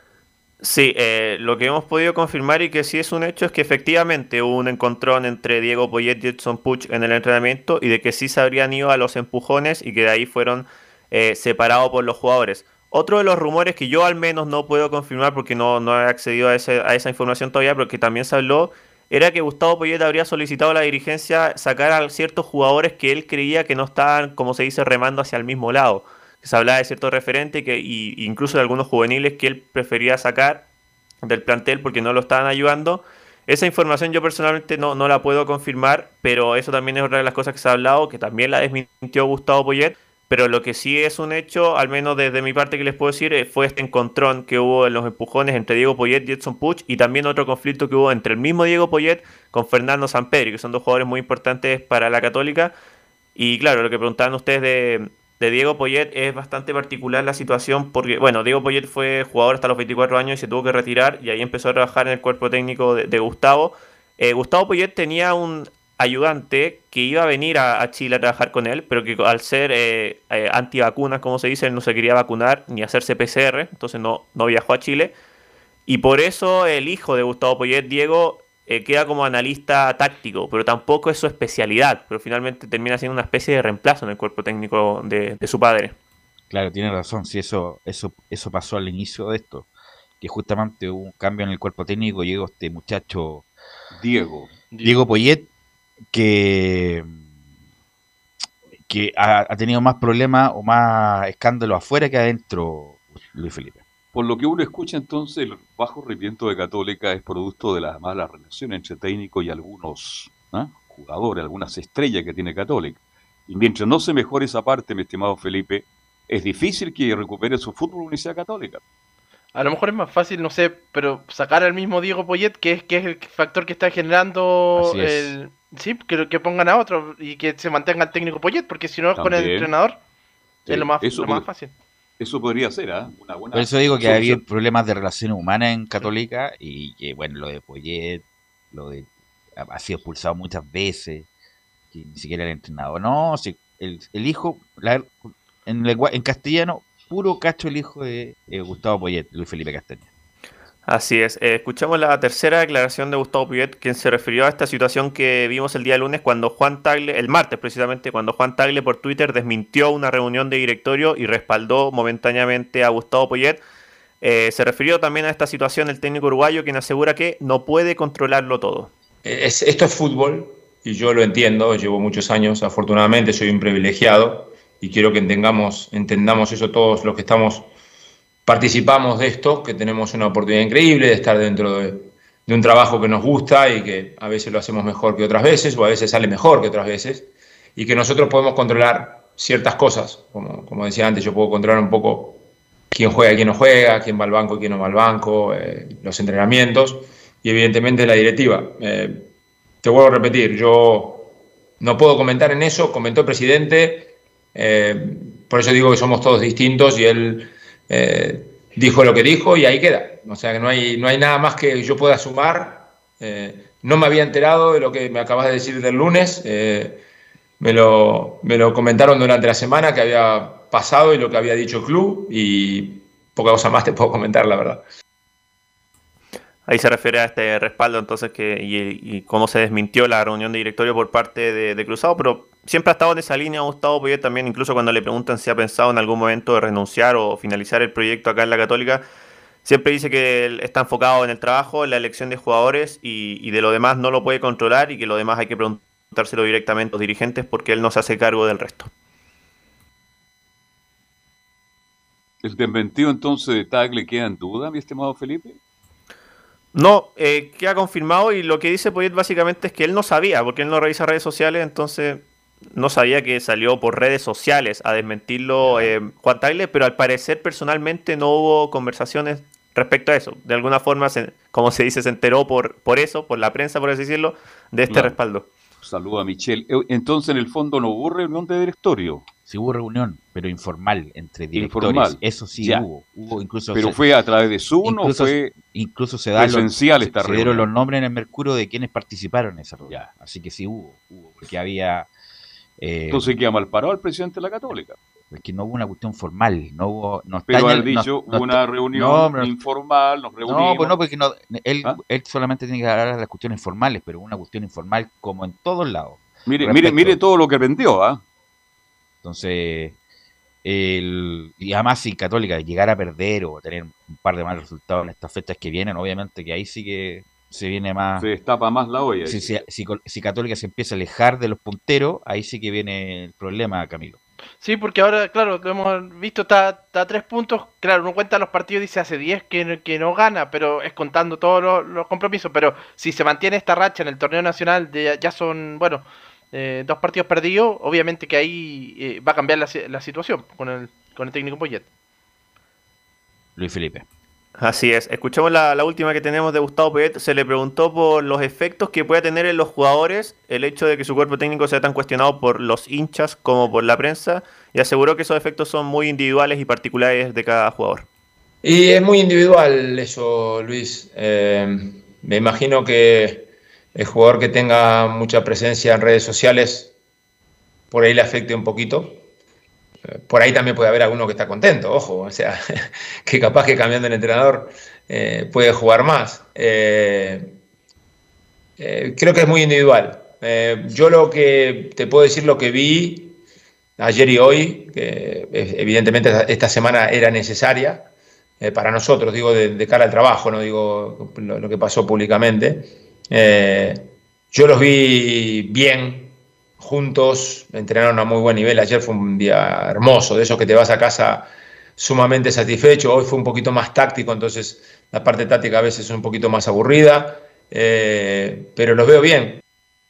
Sí, eh, lo que hemos podido confirmar y que sí es un hecho es que efectivamente hubo un encontrón entre Diego Poyet y Edson Puch en el entrenamiento y de que sí se habrían ido a los empujones y que de ahí fueron eh, separados por los jugadores. Otro de los rumores que yo al menos no puedo confirmar porque no, no he accedido a, ese- a esa información todavía, pero que también se habló, era que Gustavo Poyet habría solicitado a la dirigencia sacar a ciertos jugadores que él creía que no estaban, como se dice, remando hacia el mismo lado. Que se hablaba de ciertos referentes que, y incluso de algunos juveniles que él prefería sacar del plantel porque no lo estaban ayudando. Esa información yo personalmente no, no la puedo confirmar, pero eso también es otra de las cosas que se ha hablado, que también la desmintió Gustavo Poyet. Pero lo que sí es un hecho, al menos desde mi parte que les puedo decir, eh, fue este encontrón que hubo en los empujones entre Diego Poyet y Edson Puch y también otro conflicto que hubo entre el mismo Diego Poyet con Fernando Sampedri, que son dos jugadores muy importantes para la Católica. Y claro, lo que preguntaban ustedes de, de Diego Poyet es bastante particular la situación porque, bueno, Diego Poyet fue jugador hasta los veinticuatro años y se tuvo que retirar y ahí empezó a trabajar en el cuerpo técnico de, de Gustavo. Eh, Gustavo Poyet tenía un ayudante que iba a venir a, a Chile a trabajar con él, pero que al ser eh, eh, antivacunas, como se dice, él no se quería vacunar ni hacerse P C R, entonces no, no viajó a Chile. Y por eso el hijo de Gustavo Poyet, Diego, eh, queda como analista táctico, pero tampoco es su especialidad, pero finalmente termina siendo una especie de reemplazo en el cuerpo técnico de, de su padre. Claro, tiene razón, sí, eso, eso, eso pasó al inicio de esto, que justamente hubo un cambio en el cuerpo técnico, llegó este muchacho Diego. Diego Poyet, que, que ha, ha tenido más problemas o más escándalos afuera que adentro Luis Felipe. Por lo que uno escucha entonces, el bajo rendimiento de Católica es producto de las malas relaciones entre técnico y algunos ¿eh? jugadores, algunas estrellas que tiene Católica. Y mientras no se mejore esa parte, mi estimado Felipe, es difícil que recupere su fútbol Universidad Católica. A lo mejor es más fácil, no sé, pero sacar al mismo Diego Poyet, que es, que es el factor que está generando el... Sí, que, que pongan a otro y que se mantenga el técnico Poyet, porque si no es con el entrenador, sí, es lo más, lo más fácil. Eso podría ser, ¿eh? Una buena Por eso digo que solución. había problemas de relaciones humanas en Católica y que, bueno, lo de Poyet, lo de ha sido expulsado muchas veces, que ni siquiera el entrenador. No, si el, el hijo, la, en, lengua, en castellano, puro cacho el hijo de eh, Gustavo Poyet, Luis Felipe Castañeda. Así es. Eh, escuchamos la tercera declaración de Gustavo Poyet, quien se refirió a esta situación que vimos el día lunes cuando Juan Tagle, el martes precisamente, cuando Juan Tagle por Twitter desmintió una reunión de directorio y respaldó momentáneamente a Gustavo Poyet. Eh, se refirió también a esta situación el técnico uruguayo, quien asegura que no puede controlarlo todo. Es, esto es fútbol y yo lo entiendo, llevo muchos años, afortunadamente soy un privilegiado y quiero que entendamos, entendamos eso todos los que estamos... Participamos de esto, que tenemos una oportunidad increíble de estar dentro de, de un trabajo que nos gusta y que a veces lo hacemos mejor que otras veces o a veces sale mejor que otras veces y que nosotros podemos controlar ciertas cosas. Como, como decía antes, yo puedo controlar un poco quién juega y quién no juega, quién va al banco y quién no va al banco, eh, los entrenamientos y evidentemente la directiva. Eh, te vuelvo a repetir, yo no puedo comentar en eso, comentó el presidente, eh, por eso digo que somos todos distintos y él... Eh, dijo lo que dijo y ahí queda. O sea que no hay, no hay nada más que yo pueda sumar. Eh, no me había enterado de lo que me acabas de decir del lunes. Eh, me, lo, me lo comentaron durante la semana que había pasado y lo que había dicho el club y poca cosa más te puedo comentar, la verdad. Ahí se refiere a este respaldo entonces que y, y cómo se desmintió la reunión de directorio por parte de, de Cruzado, pero siempre ha estado en esa línea Gustavo Poyet también, incluso cuando le preguntan si ha pensado en algún momento de renunciar o finalizar el proyecto acá en la Católica, siempre dice que él está enfocado en el trabajo, en la elección de jugadores y, y de lo demás no lo puede controlar y que lo demás hay que preguntárselo directamente a los dirigentes porque él no se hace cargo del resto. ¿El desmentido entonces de Tagle queda en duda, mi estimado Felipe? No, eh, queda confirmado y lo que dice Poyet básicamente es que él no sabía, porque él no revisa redes sociales, entonces no sabía que salió por redes sociales a desmentirlo eh, Juan Tagle, pero al parecer personalmente no hubo conversaciones respecto a eso. De alguna forma, se, como se dice, se enteró por, por eso, por la prensa, por así decirlo, de este Claro. respaldo. Saludo a Michelle. Eh, Entonces, en el fondo, no hubo reunión de directorio. Sí hubo reunión, pero informal entre directores. Informal. Eso sí Ya. hubo. Hubo incluso Pero se- fue a través de Zoom o incluso, fue incluso se da los- presencial esta se, se dieron reunión. los nombres en el Mercurio de quienes participaron en esa reunión. Así que sí hubo, hubo porque había eh, Entonces queda mal parado el presidente de la Católica. es que no hubo una cuestión formal, no hubo, no está Pero en han el- no- dicho, no hubo una está- reunión no, pero- informal, nos reunimos. No, pues no, porque no, él, ¿Ah? él solamente tiene que hablar de las cuestiones formales, pero una cuestión informal como en todos lados. Mire, Respecto- mire, mire todo lo que vendió, ¿ah? Entonces, el, y además si Católica llegara a perder o tener un par de malos resultados en estas fechas que vienen, obviamente que ahí sí que se viene más... Se destapa más la olla. Si, si, si, si Católica se empieza a alejar de los punteros, ahí sí que viene el problema, Camilo. Sí, porque ahora, claro, lo hemos visto, está, está a tres puntos. Claro, uno cuenta los partidos y dice hace diez que, no- que no gana, pero es contando todos los, los compromisos. Pero si se mantiene esta racha en el torneo nacional, de, ya son, bueno, eh, dos partidos perdidos, obviamente que ahí eh, va a cambiar la, si- la situación con el, con el técnico Poyet. Luis Felipe. Así es. Escuchamos la, la última que tenemos de Gustavo Poyet. Se le preguntó por los efectos que puede tener en los jugadores el hecho de que su cuerpo técnico sea tan cuestionado por los hinchas como por la prensa y aseguró que esos efectos son muy individuales y particulares de cada jugador. Y es muy individual eso, Luis. Eh, me imagino que el jugador que tenga mucha presencia en redes sociales, por ahí le afecte un poquito. Eh, Por ahí también puede haber alguno que está contento, ojo, o sea, que capaz que cambiando el entrenador eh, puede jugar más. Eh, eh, creo que es muy individual. Eh, yo lo que te puedo decir, lo que vi ayer y hoy, que eh, evidentemente esta- esta semana era necesaria, eh, para nosotros, digo, de, de cara al trabajo, no digo lo, lo que pasó públicamente. Eh, yo los vi bien, juntos, entrenaron a muy buen nivel. Ayer fue un día hermoso, de esos que te vas a casa sumamente satisfecho. Hoy fue un poquito más táctico, entonces la parte táctica a veces es un poquito más aburrida, eh, pero los veo bien.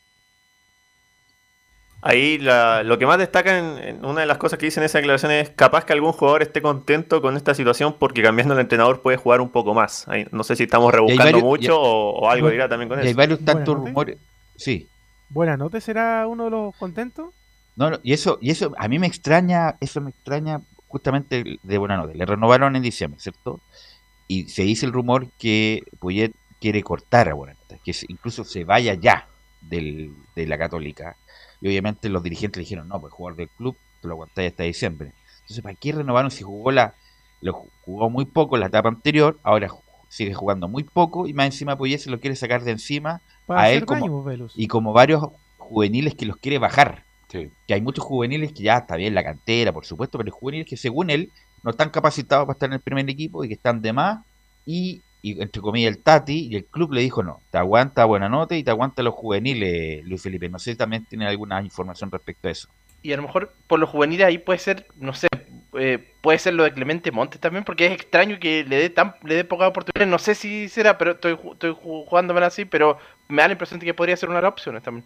Ahí la, lo que más destaca en, en una de las cosas que dice en esa declaración es capaz que algún jugador esté contento con esta situación porque cambiando el entrenador puede jugar un poco más. Ahí, no sé si estamos rebuscando varios, mucho y, o, o algo bueno, dirá también con y eso. hay varios tantos rumores. Sí. ¿Buenanote será uno de los contentos? No, no, y eso, y eso a mí me extraña, eso me extraña justamente de Buenanote. Le renovaron en diciembre, ¿cierto? Y se dice el rumor que Poyet quiere cortar a Buenanote, que incluso se vaya ya del, de la Católica. Y obviamente los dirigentes le dijeron, no, pues jugador del club, te lo aguantáis hasta diciembre. Entonces, ¿para qué renovaron si jugó la lo jugó muy poco en la etapa anterior, ahora sigue jugando muy poco y más encima Poyet se lo quiere sacar de encima Para a él daño, como, Velus. y como varios juveniles que los quiere bajar. Sí. Que hay muchos juveniles que ya está bien la cantera, por supuesto, pero hay juveniles que según él no están capacitados para estar en el primer equipo y que están de más y, y entre comillas el Tati y el club le dijo no, te aguanta Buenanote y te aguanta los juveniles, Luis Felipe. No sé si también tiene alguna información respecto a eso. Y a lo mejor por los juveniles ahí puede ser, no sé, eh, puede ser lo de Clemente Montes también, porque es extraño que le dé tan le dé poca oportunidad. No sé si será, pero estoy, estoy jugándomela así, pero me da la impresión de que podría ser una de las opciones también.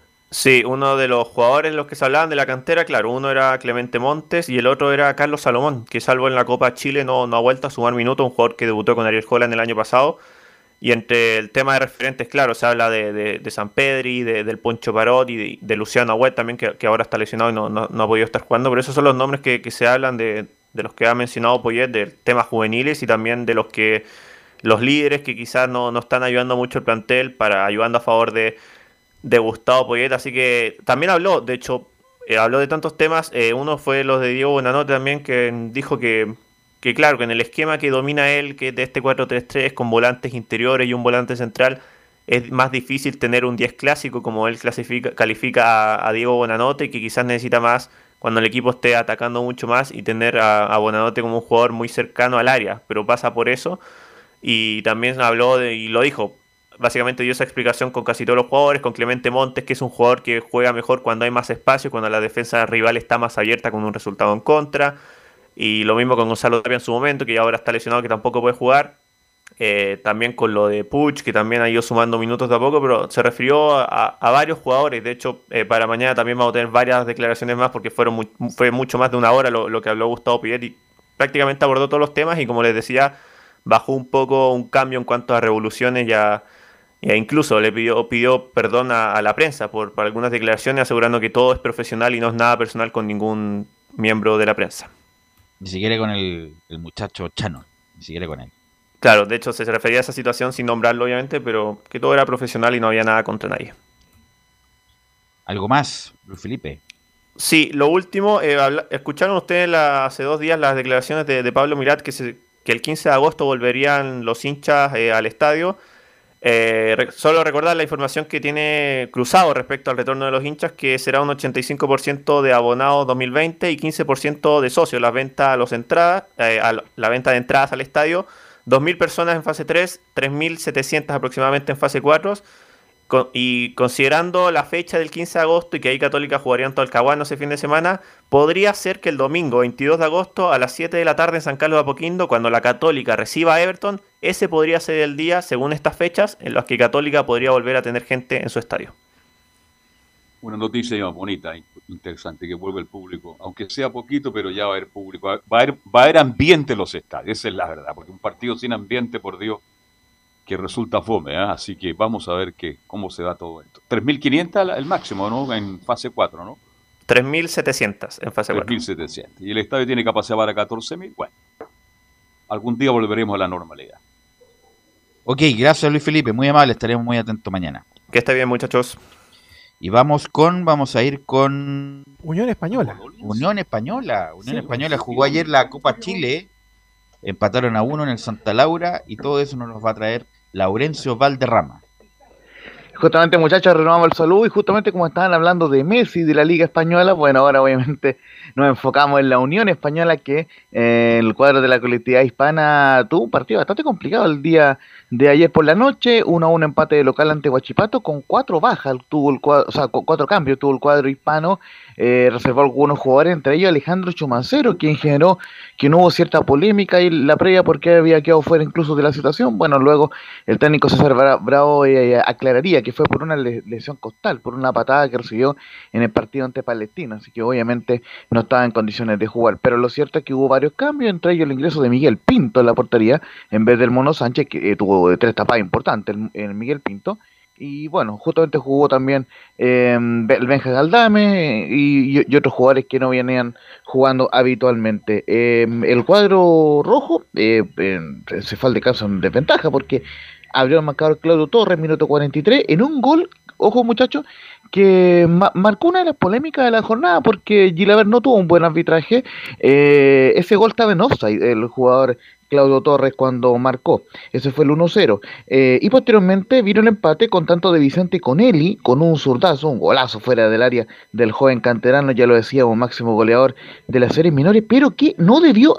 Sí, uno de los jugadores los que se hablaban de la cantera, claro, uno era Clemente Montes y el otro era Carlos Salomón, que salvo en la Copa Chile no, no ha vuelto a sumar minutos, un jugador que debutó con Ariel Holland el año pasado. Y entre el tema de referentes, claro, se habla de, de, de San Pedri, de, del Poncho Parot y de, de Luciano Agüet también, que, que ahora está lesionado y no, no, no ha podido estar jugando, pero esos son los nombres que, que se hablan de, de los que ha mencionado Poyet, de temas juveniles y también de los que los líderes que quizás no, no están ayudando mucho el plantel, para ayudando a favor de de Gustavo Poyet, así que también habló, de hecho, eh, habló de tantos temas, eh, uno fue los de Diego Buenanote también, que dijo que, que claro, que en el esquema que domina él, que es de este cuatro tres tres, con volantes interiores y un volante central, es más difícil tener un diez clásico, como él clasifica, califica a, a Diego Buenanote, que quizás necesita más cuando el equipo esté atacando mucho más, y tener a, a Buenanote como un jugador muy cercano al área, pero pasa por eso, y también habló de, y lo dijo, básicamente dio esa explicación con casi todos los jugadores, con Clemente Montes, que es un jugador que juega mejor cuando hay más espacio, cuando la defensa rival está más abierta con un resultado en contra, y lo mismo con Gonzalo Tapia en su momento, que ya ahora está lesionado, que tampoco puede jugar, eh, también con lo de Puch, que también ha ido sumando minutos de a poco, pero se refirió a, a varios jugadores. De hecho, eh, para mañana también vamos a tener varias declaraciones más, porque fueron muy, fue mucho más de una hora lo, lo que habló Gustavo Poyet, y prácticamente abordó todos los temas, y como les decía, bajó un poco un cambio en cuanto a revoluciones y a E incluso le pidió, pidió perdón a, a la prensa por, por algunas declaraciones, asegurando que todo es profesional y no es nada personal con ningún miembro de la prensa. Ni siquiera con el, el muchacho Chano, ni siquiera con él. Claro, de hecho se refería a esa situación sin nombrarlo obviamente, pero que todo era profesional y no había nada contra nadie. ¿Algo más, Luis Felipe? Sí, lo último, eh, habla, escucharon ustedes la, hace dos días las declaraciones de, de Pablo Mirat, que, se, que el quince de agosto volverían los hinchas eh, al estadio. Eh, re- solo recordar la información que tiene Cruzado respecto al retorno de los hinchas, que será un ochenta y cinco por ciento de abonados dos mil veinte y quince por ciento de socios. Las ventas a los entradas, eh, a la venta de entradas al estadio, dos mil personas en fase tres, tres mil setecientas aproximadamente en fase cuatro. Con, y considerando la fecha del quince de agosto y que ahí Católica jugaría en Talcahuano ese fin de semana, podría ser que el domingo veintidós de agosto a las siete de la tarde en San Carlos de Apoquindo, cuando la Católica reciba a Everton, ese podría ser el día, según estas fechas, en las que Católica podría volver a tener gente en su estadio. Una noticia bonita, interesante, que vuelve el público, aunque sea poquito, pero ya va a haber público, va a haber, va a haber ambiente en los estadios, esa es la verdad, porque un partido sin ambiente, por Dios, que resulta fome, ¿eh? Así que vamos a ver qué, cómo se da todo esto. tres mil quinientos el máximo, ¿no? En fase cuatro, ¿no? tres mil setecientos en fase cuatro. tres mil setecientos. Y el estadio tiene capacidad para catorce mil. Bueno, algún día volveremos a la normalidad. Ok, gracias Luis Felipe, muy amable, estaremos muy atentos mañana. Que esté bien, muchachos. Y vamos con, vamos a ir con... Unión Española. Unión Española. Unión Sí, Española sí, jugó sí. ayer la Copa Chile, empataron a uno en el Santa Laura y todo eso nos los va a traer Laurencio Valderrama. Justamente, muchachos, renovamos el saludo y justamente como estaban hablando de Messi, de la Liga Española, bueno, ahora obviamente nos enfocamos en la Unión Española, que eh, el cuadro de la colectividad hispana tuvo un partido bastante complicado el día de ayer por la noche, uno a uno empate de local ante Huachipato con cuatro bajas, tuvo el cuadro, o sea, con cuatro cambios tuvo el cuadro hispano, eh, reservó algunos jugadores, entre ellos Alejandro Chumancero, quien generó que no hubo cierta polémica y la previa porque había quedado fuera incluso de la situación. Bueno, luego el técnico César Bravo eh, aclararía que fue por una lesión costal, por una patada que recibió en el partido ante Palestina, así que obviamente no estaba en condiciones de jugar, pero lo cierto es que hubo varios cambios, entre ellos el ingreso de Miguel Pinto en la portería, en vez del Mono Sánchez, que eh, tuvo tres tapadas importantes el, el Miguel Pinto. Y bueno, justamente jugó también eh, el Benja Galdame y, y otros jugadores que no venían jugando habitualmente. Eh, el cuadro rojo eh, eh, se fue al descanso en desventaja porque abrió el marcador Claudio Torres, minuto cuarenta y tres, en un gol, ojo muchachos, que ma marcó una de las polémicas de la jornada porque Gilabert no tuvo un buen arbitraje. Eh, ese gol estaba en offside, el jugador Claudio Torres cuando marcó, ese fue el uno cero, eh, y posteriormente vino el empate con tanto de Vicente Conelli, con un zurdazo, un golazo fuera del área del joven canterano, ya lo decíamos, máximo goleador de las series menores, pero que no debió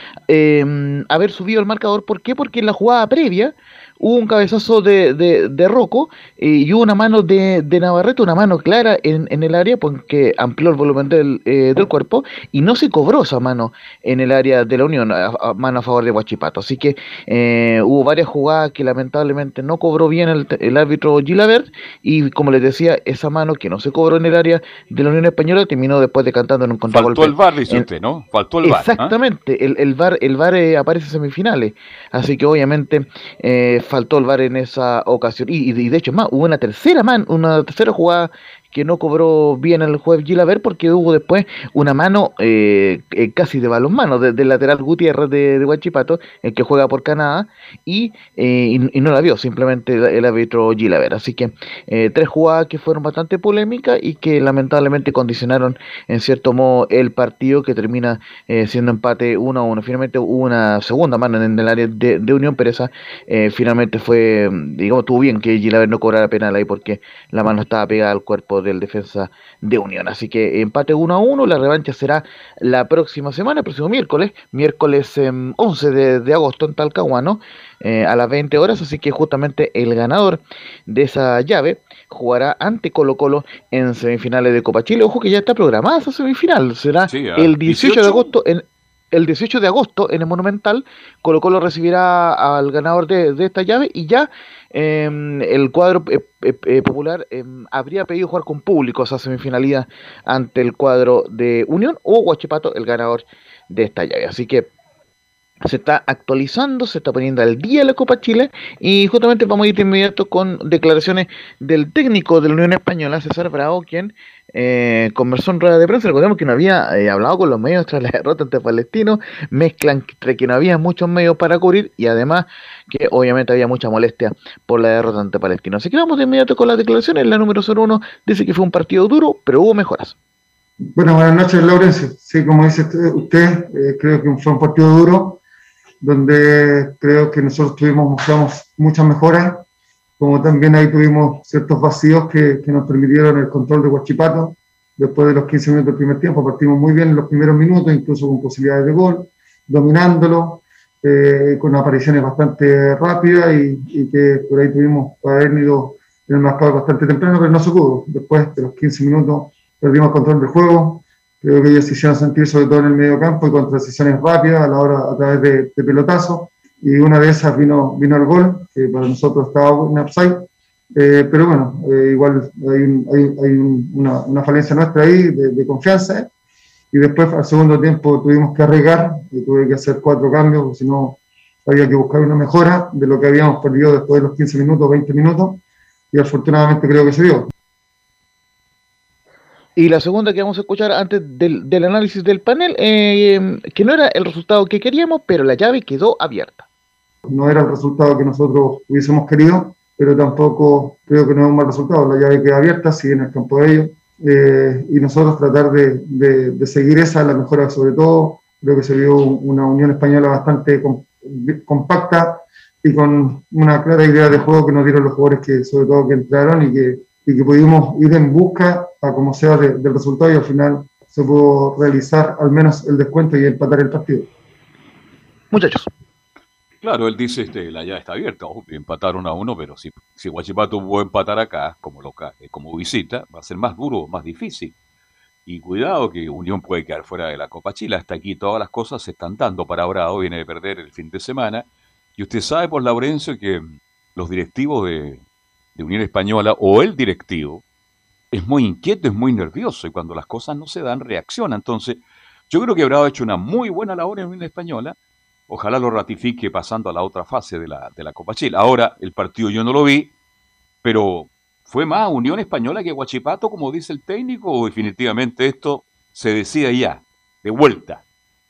eh, haber subido el marcador. ¿Por qué? Porque en la jugada previa hubo un cabezazo de, de, de Rocco eh, y hubo una mano de, de Navarrete, una mano clara en, en el área porque amplió el volumen del, eh, del cuerpo y no se cobró esa mano en el área de la Unión, a, a mano a favor de Huachipato. Así que eh, hubo varias jugadas que lamentablemente no cobró bien el, el árbitro Gilabert y como les decía, esa mano que no se cobró en el área de la Unión Española terminó después decantando en un contragolpe. Faltó el V A R, dice en, usted, ¿no? Faltó el V A R. Exactamente, ¿eh? el, el V A R, el V A R eh, aparece en semifinales, así que obviamente eh, faltó el V A R en esa ocasión y, y de hecho más hubo una tercera man, una tercera jugada que no cobró bien el juez Gilabert porque hubo después una mano eh, eh, casi de balonmano del de lateral Gutiérrez de, de Huachipato, el que juega por Canadá y, eh, y, y no la vio simplemente el, el árbitro Gilabert, así que eh, tres jugadas que fueron bastante polémicas y que lamentablemente condicionaron en cierto modo el partido que termina eh, siendo empate uno a uno. Finalmente hubo una segunda mano en el área de, de Unión, pero esa eh, finalmente fue, digamos, estuvo bien que Gilabert no cobrara penal ahí porque la mano estaba pegada al cuerpo del defensa de Unión. Así que empate uno a uno, la revancha será la próxima semana, el próximo miércoles, miércoles eh, once de, de agosto en Talcahuano, eh, a las veinte horas, así que justamente el ganador de esa llave jugará ante Colo Colo en semifinales de Copa Chile. Ojo que ya está programada esa semifinal, será sí, el dieciocho de agosto en El dieciocho de agosto en el Monumental. Colo Colo recibirá al ganador de, de esta llave y ya eh, el cuadro eh, eh, popular eh, habría pedido jugar con público esa semifinalidad ante el cuadro de Unión o Huachipato, el ganador de esta llave. Así que se está actualizando, se está poniendo al día la Copa Chile y justamente vamos a ir de inmediato con declaraciones del técnico de la Unión Española, César Bravo, quien eh, conversó en rueda de prensa. Recordemos que no había eh, hablado con los medios tras la derrota ante Palestino, mezclan entre que no había muchos medios para cubrir y además que obviamente había mucha molestia por la derrota ante Palestino. Así que vamos de inmediato con las declaraciones. La número cero uno dice que fue un partido duro, pero hubo mejoras. Bueno, buenas noches, Laurencio. Sí, como dice usted, eh, creo que fue un partido duro, donde creo que nosotros tuvimos, mostramos muchas mejoras, como también ahí tuvimos ciertos vacíos que, que nos permitieron el control de Huachipato. Después de los quince minutos del primer tiempo, partimos muy bien en los primeros minutos, incluso con posibilidades de gol, dominándolo, eh, con apariciones bastante rápidas y, y que por ahí tuvimos para haber ido en el marcador bastante temprano, pero no se pudo. Después de los quince minutos perdimos el control del juego. Creo que ellos se hicieron sentir sobre todo en el medio campo y con transiciones rápidas a la hora a través de, de pelotazos. Y una de esas vino, vino el gol, que para nosotros estaba en upside. Eh, pero bueno, eh, igual hay, un, hay, hay un, una, una falencia nuestra ahí de, de confianza. ¿eh? Y después al segundo tiempo tuvimos que arriesgar, y tuve que hacer cuatro cambios, porque si no había que buscar una mejora de lo que habíamos perdido después de los quince minutos, veinte minutos. Y afortunadamente creo que se dio. Y la segunda que vamos a escuchar antes del, del análisis del panel, eh, que no era el resultado que queríamos, pero la llave quedó abierta. No era el resultado que nosotros hubiésemos querido, pero tampoco creo que no es un mal resultado. La llave queda abierta, sigue en el campo de ellos, eh, y nosotros tratar de, de, de seguir esa, la mejora sobre todo. Creo que se vio una Unión Española bastante com, compacta, y con una clara idea de juego que nos dieron los jugadores que sobre todo que entraron y que, y que pudimos ir en busca a como sea de, del resultado y al final se pudo realizar al menos el descuento y empatar el partido. Muchachos. Claro, él dice, este, la llave está abierta, oh, empataron a uno, pero si, si Huachipato puede empatar acá, como local, como visita, va a ser más duro, más difícil. Y cuidado que Unión puede quedar fuera de la Copa Chile. Hasta aquí todas las cosas se están dando para Bravo, viene de perder el fin de semana. Y usted sabe, por Laurencio, que los directivos de, de Unión Española, o el directivo, es muy inquieto, es muy nervioso, y cuando las cosas no se dan, reacciona. Entonces, yo creo que Bravo ha hecho una muy buena labor en Unión Española. Ojalá lo ratifique pasando a la otra fase de la, de la Copa Chile. Ahora, el partido yo no lo vi, pero ¿fue más Unión Española que Huachipato, como dice el técnico, o definitivamente esto se decide ya, de vuelta?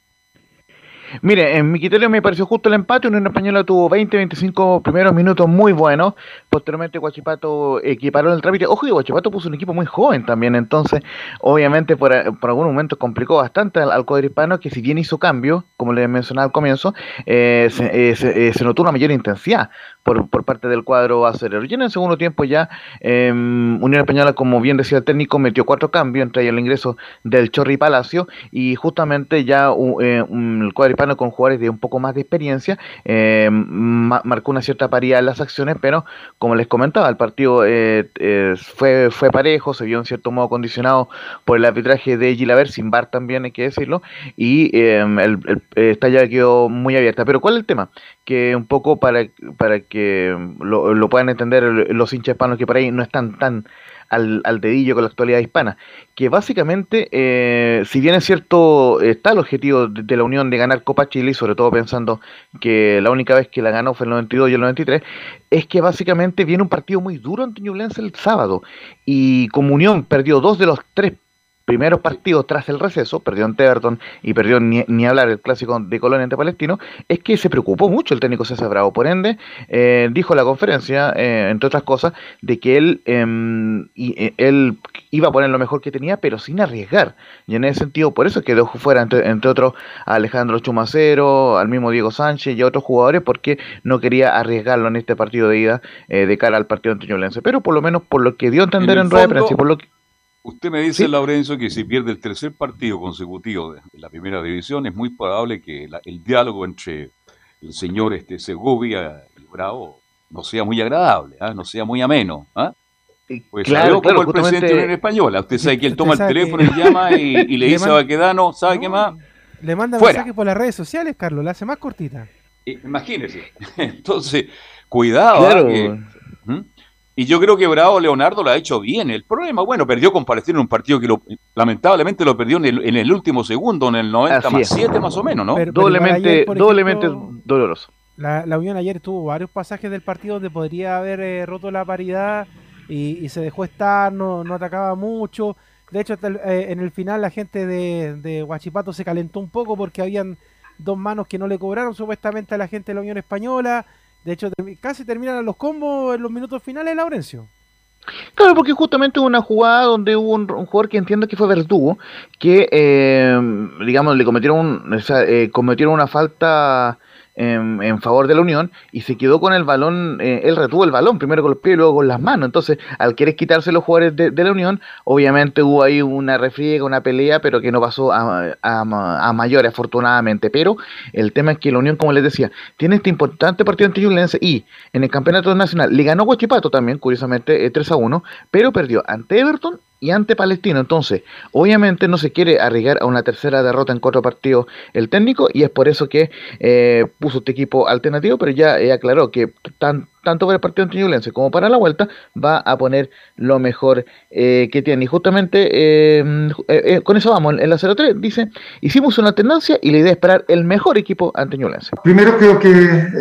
Mire, en mi criterio me pareció justo el empate. Unión Española tuvo veinte, veinticinco primeros minutos muy buenos. Posteriormente Huachipato equiparó el trámite. Ojo que Huachipato puso un equipo muy joven también, entonces obviamente por, por algún momento complicó bastante al, al cuadro hispano, que si bien hizo cambio, como les mencionaba al comienzo, eh, se, eh, se, eh, se notó una mayor intensidad por, por parte del cuadro acerero. Y en el segundo tiempo ya eh, Unión Española, como bien decía el técnico, metió cuatro cambios, entre ellos el ingreso del Chorri Palacio, y justamente ya uh, eh, um, el cuadro hispano con jugadores de un poco más de experiencia eh, ma marcó una cierta paridad en las acciones, pero como les comentaba, el partido eh, eh, fue, fue parejo, se vio en cierto modo condicionado por el arbitraje de Gilaver, sin V A R también hay que decirlo, y eh, el, el, esta llave quedó muy abierta. Pero ¿cuál es el tema? Que un poco para, para que lo, lo puedan entender los hinchas hispanos que por ahí no están tan Al, al dedillo con la actualidad hispana, que básicamente, eh, si bien es cierto, está el objetivo de, de la Unión de ganar Copa Chile, y sobre todo pensando que la única vez que la ganó fue el noventa y dos y el noventa y tres, es que básicamente viene un partido muy duro ante Ñublense el sábado, y como Unión perdió dos de los tres primeros partidos tras el receso, perdió ante Everton y perdió ni, ni hablar el clásico de Colonia ante Palestino, es que se preocupó mucho el técnico César Bravo. Por ende, eh, dijo en la conferencia, eh, entre otras cosas, de que él, eh, y, eh, él iba a poner lo mejor que tenía, pero sin arriesgar. Y en ese sentido, por eso quedó fuera, entre, entre otros, a Alejandro Chumacero, al mismo Diego Sánchez y a otros jugadores, porque no quería arriesgarlo en este partido de ida eh, de cara al partido ante Ñublense. Pero por lo menos por lo que dio a entender en, en rueda de prensa y por lo que... Usted me dice, ¿Sí? Laurencio, que si pierde el tercer partido consecutivo de, de la primera división, es muy probable que la, el diálogo entre el señor este, Segovia y Bravo no sea muy agradable, ¿eh? No sea muy ameno. ¿eh? Pues claro, claro, claro, como el justamente... presidente de Unión Española. Usted sabe que él toma el teléfono que... y llama y, y le dice a Baquedano, ¿sabe no, qué más? Le manda Fuera. mensaje por las redes sociales, Carlos, la hace más cortita. Imagínese. Entonces, cuidado. Claro. ¿eh? Que, ¿Mm? Y yo creo que Bravo Leonardo lo ha hecho bien. El problema, bueno, perdió con Palestino en un partido que lo, lamentablemente lo perdió en el, en el último segundo, en el noventa Así más es. siete más o menos, ¿no? Pero, pero doblemente ayer, doblemente ejemplo, doloroso. La, la Unión ayer tuvo varios pasajes del partido donde podría haber eh, roto la paridad y, y se dejó estar, no, no atacaba mucho. De hecho, hasta el, eh, en el final la gente de, de Huachipato se calentó un poco porque habían dos manos que no le cobraron supuestamente a la gente de la Unión Española. De hecho, casi terminan los combos en los minutos finales, Laurencio. Claro, porque justamente hubo una jugada donde hubo un, un jugador que entiendo que fue Verdugo, que, eh, digamos, le cometieron, un, o sea, eh, cometieron una falta en, en favor de la Unión y se quedó con el balón, eh, él retuvo el balón, primero con los pies y luego con las manos. Entonces, al querer quitarse los jugadores de, de la Unión, obviamente hubo ahí una refriega, una pelea, pero que no pasó a, a, a mayores, afortunadamente. Pero el tema es que la Unión, como les decía, tiene este importante partido ante Ñublense y en el campeonato nacional le ganó Huachipato también, curiosamente, eh, tres a uno, pero perdió ante Everton y ante Palestino. Entonces, obviamente no se quiere arriesgar a una tercera derrota en cuatro partidos el técnico, y es por eso que eh, puso este equipo alternativo, pero ya eh, aclaró que tan, tanto para el partido ante Ñublense como para la vuelta va a poner lo mejor eh, que tiene. Y justamente eh, eh, eh, con eso vamos, en la cero tres dice, hicimos una alternancia y la idea es esperar el mejor equipo ante Ñublense. Primero creo que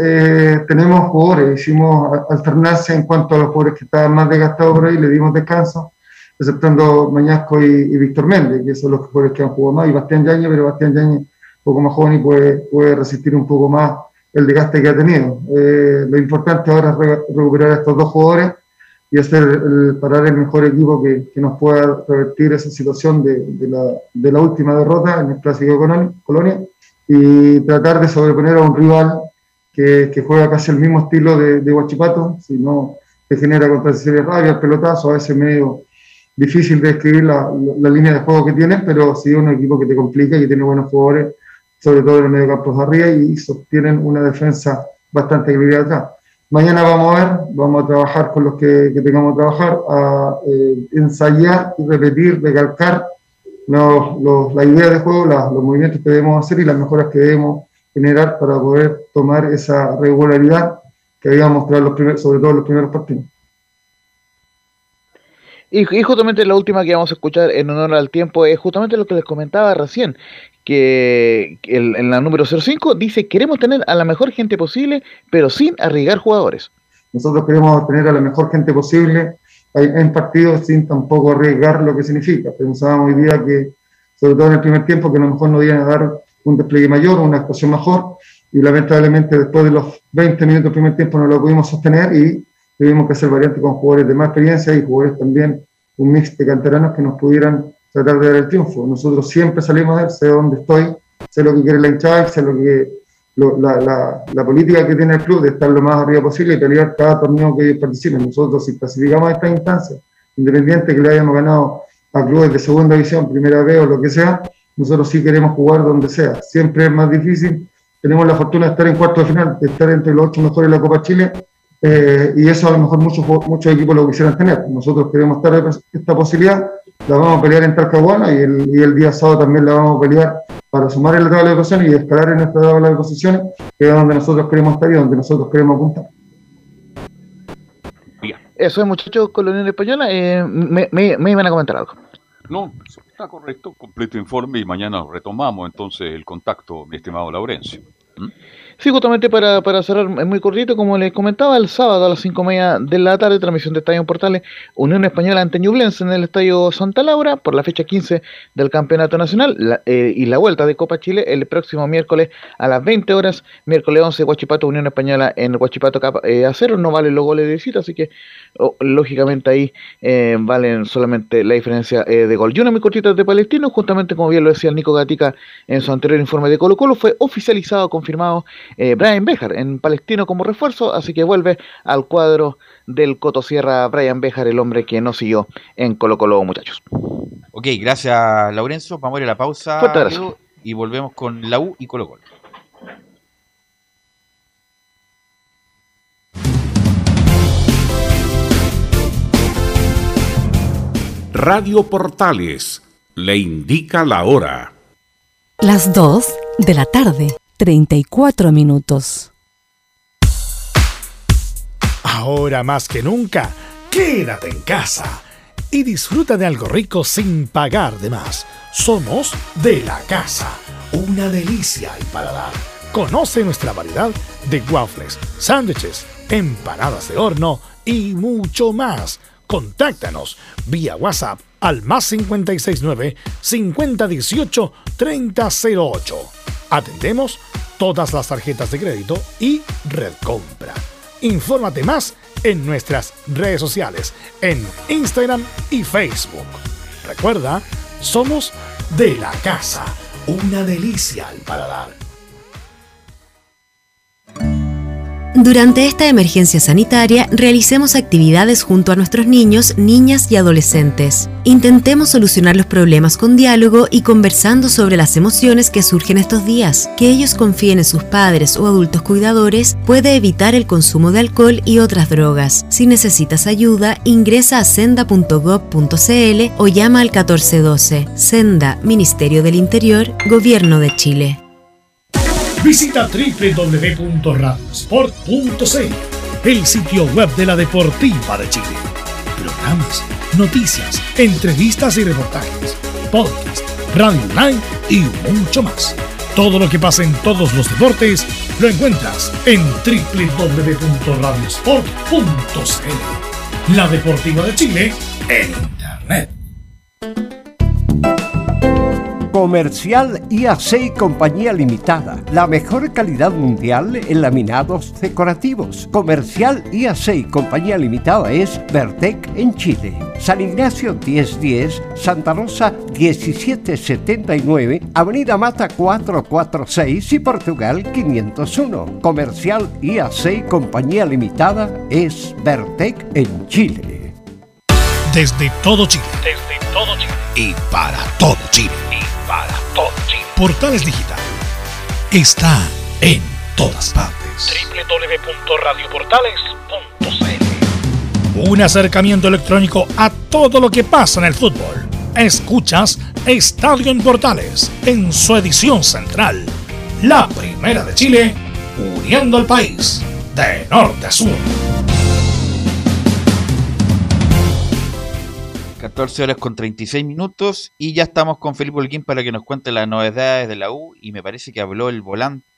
eh, tenemos jugadores, hicimos alternancia en cuanto a los jugadores que estaban más desgastados por ahí, le dimos descanso, exceptando Mañasco y, y Víctor Méndez, que son los jugadores que han jugado más, y Bastián Yañez, pero Bastián Yañez un poco más joven y puede, puede resistir un poco más el desgaste que ha tenido. Eh, lo importante ahora es re, recuperar a estos dos jugadores y hacer el, parar el mejor equipo que, que nos pueda revertir esa situación de, de, la, de la última derrota en el Clásico de Colonia, y tratar de sobreponer a un rival que que, que juega casi el mismo estilo de, de Huachipato, si no te genera contra serie rabia, el pelotazo, a veces medio difícil de escribir la, la, la línea de juego que tienes, pero sí es un equipo que te complica y que tiene buenos jugadores, sobre todo en el medio campo de arriba, y sostienen una defensa bastante equilibrada atrás. Mañana vamos a ver, vamos a trabajar con los que, que tengamos que trabajar, a eh, ensayar y repetir, recalcar los, los, la idea de juego, la, los movimientos que debemos hacer y las mejoras que debemos generar para poder tomar esa regularidad que habíamos mostrado los primeros, sobre todo en los primeros partidos. Y, y justamente la última que vamos a escuchar en honor al tiempo es justamente lo que les comentaba recién, que el, en la número cero cinco dice: queremos tener a la mejor gente posible, pero sin arriesgar jugadores. Nosotros queremos tener a la mejor gente posible en partidos sin tampoco arriesgar lo que significa. Pensábamos hoy día que, sobre todo en el primer tiempo, que a lo mejor nos iban a dar un despliegue mayor, una actuación mejor, y lamentablemente después de los veinte minutos del primer tiempo no lo pudimos sostener y tuvimos que hacer variantes con jugadores de más experiencia y jugadores también, un mix de canteranos que nos pudieran tratar de dar el triunfo. Nosotros siempre salimos a ver, sé dónde estoy, sé lo que quiere la hinchada, sé lo que, lo, la, la, la política que tiene el club de estar lo más arriba posible y pelear cada torneo que ellos participen. Nosotros, si clasificamos a esta instancia, independiente que le hayamos ganado a clubes de segunda división, primera B o lo que sea, nosotros sí queremos jugar donde sea. Siempre es más difícil. Tenemos la fortuna de estar en cuarto de final, de estar entre los ocho mejores de la Copa Chile, eh, y eso a lo mejor muchos, muchos equipos lo quisieran tener. Nosotros queremos estar esta posibilidad, la vamos a pelear en Talcahuano y el, y el día sábado también la vamos a pelear para sumar en la tabla de posiciones y escalar en nuestra tabla de posiciones, que es donde nosotros queremos estar y donde nosotros queremos apuntar. Eso es, muchachos, con la Unión Española. Eh, me, me, me iban a comentar algo. No, está correcto, completo informe y mañana retomamos entonces el contacto, mi estimado Laurencio. ¿Mm? Sí, justamente para, para cerrar muy cortito, como les comentaba, el sábado a las cinco y media de la tarde, transmisión de Estadio Portales, Unión Española ante Ñublense en el Estadio Santa Laura, por la fecha quince del Campeonato Nacional, la, eh, y la vuelta de Copa Chile el próximo miércoles a las veinte horas, miércoles once, Huachipato, Unión Española en Huachipato eh, a cero, no valen los goles de visita, así que oh, lógicamente ahí eh, valen solamente la diferencia eh, de gol. Y una muy cortita de Palestino, justamente como bien lo decía el Nico Gatica en su anterior informe de Colo Colo, fue oficializado, confirmado Eh, Brian Béjar en Palestino como refuerzo, así que vuelve al cuadro del Cotosierra Brian Béjar, el hombre que nos siguió en Colo Colo, muchachos. Ok, gracias Laurencio, vamos a ir a la pausa Leo, y volvemos con la U y Colo Colo. Radio Portales le indica la hora. Las dos de la tarde. treinta y cuatro minutos. Ahora más que nunca, quédate en casa y disfruta de algo rico sin pagar de más. Somos de la casa, una delicia al paladar. Conoce nuestra variedad de waffles, sándwiches, empanadas de horno y mucho más. Contáctanos vía WhatsApp al más cincuenta y seis nueve, cincuenta dieciocho, treinta cero ocho. Atendemos todas las tarjetas de crédito y Red Compra. Infórmate más en nuestras redes sociales, en Instagram y Facebook. Recuerda, somos de la casa, una delicia al paladar. Durante esta emergencia sanitaria, realicemos actividades junto a nuestros niños, niñas y adolescentes. Intentemos solucionar los problemas con diálogo y conversando sobre las emociones que surgen estos días. Que ellos confíen en sus padres o adultos cuidadores puede evitar el consumo de alcohol y otras drogas. Si necesitas ayuda, ingresa a senda punto gob punto cl o llama al catorce doce. Senda, Ministerio del Interior, Gobierno de Chile. Visita doble u doble u doble u punto radiosport punto c l, el sitio web de la Deportiva de Chile. Programas, noticias, entrevistas y reportajes, podcast, radio online y mucho más. Todo lo que pasa en todos los deportes lo encuentras en doble u doble u doble u punto radiosport punto c l. La Deportiva de Chile en Internet. Comercial I A C y Compañía Limitada, la mejor calidad mundial en laminados decorativos. Comercial I A C y Compañía Limitada es Vertec en Chile. San Ignacio diez diez, Santa Rosa diecisiete setenta y nueve, Avenida Mata cuatrocientos cuarenta y seis y Portugal quinientos uno. Comercial I A C y Compañía Limitada es Vertec en Chile. Desde todo Chile. Desde todo Chile. Y para todo Chile. Y para todo Chile. Portales Digital está en todas partes. doble u doble u doble u punto radio portales punto c l. Un acercamiento electrónico a todo lo que pasa en el fútbol. Escuchas Estadio en Portales en su edición central. La primera de Chile, uniendo al país de norte a sur. catorce horas con treinta y seis minutos y ya estamos con Felipe Holguín para que nos cuente las novedades de la U y me parece que habló el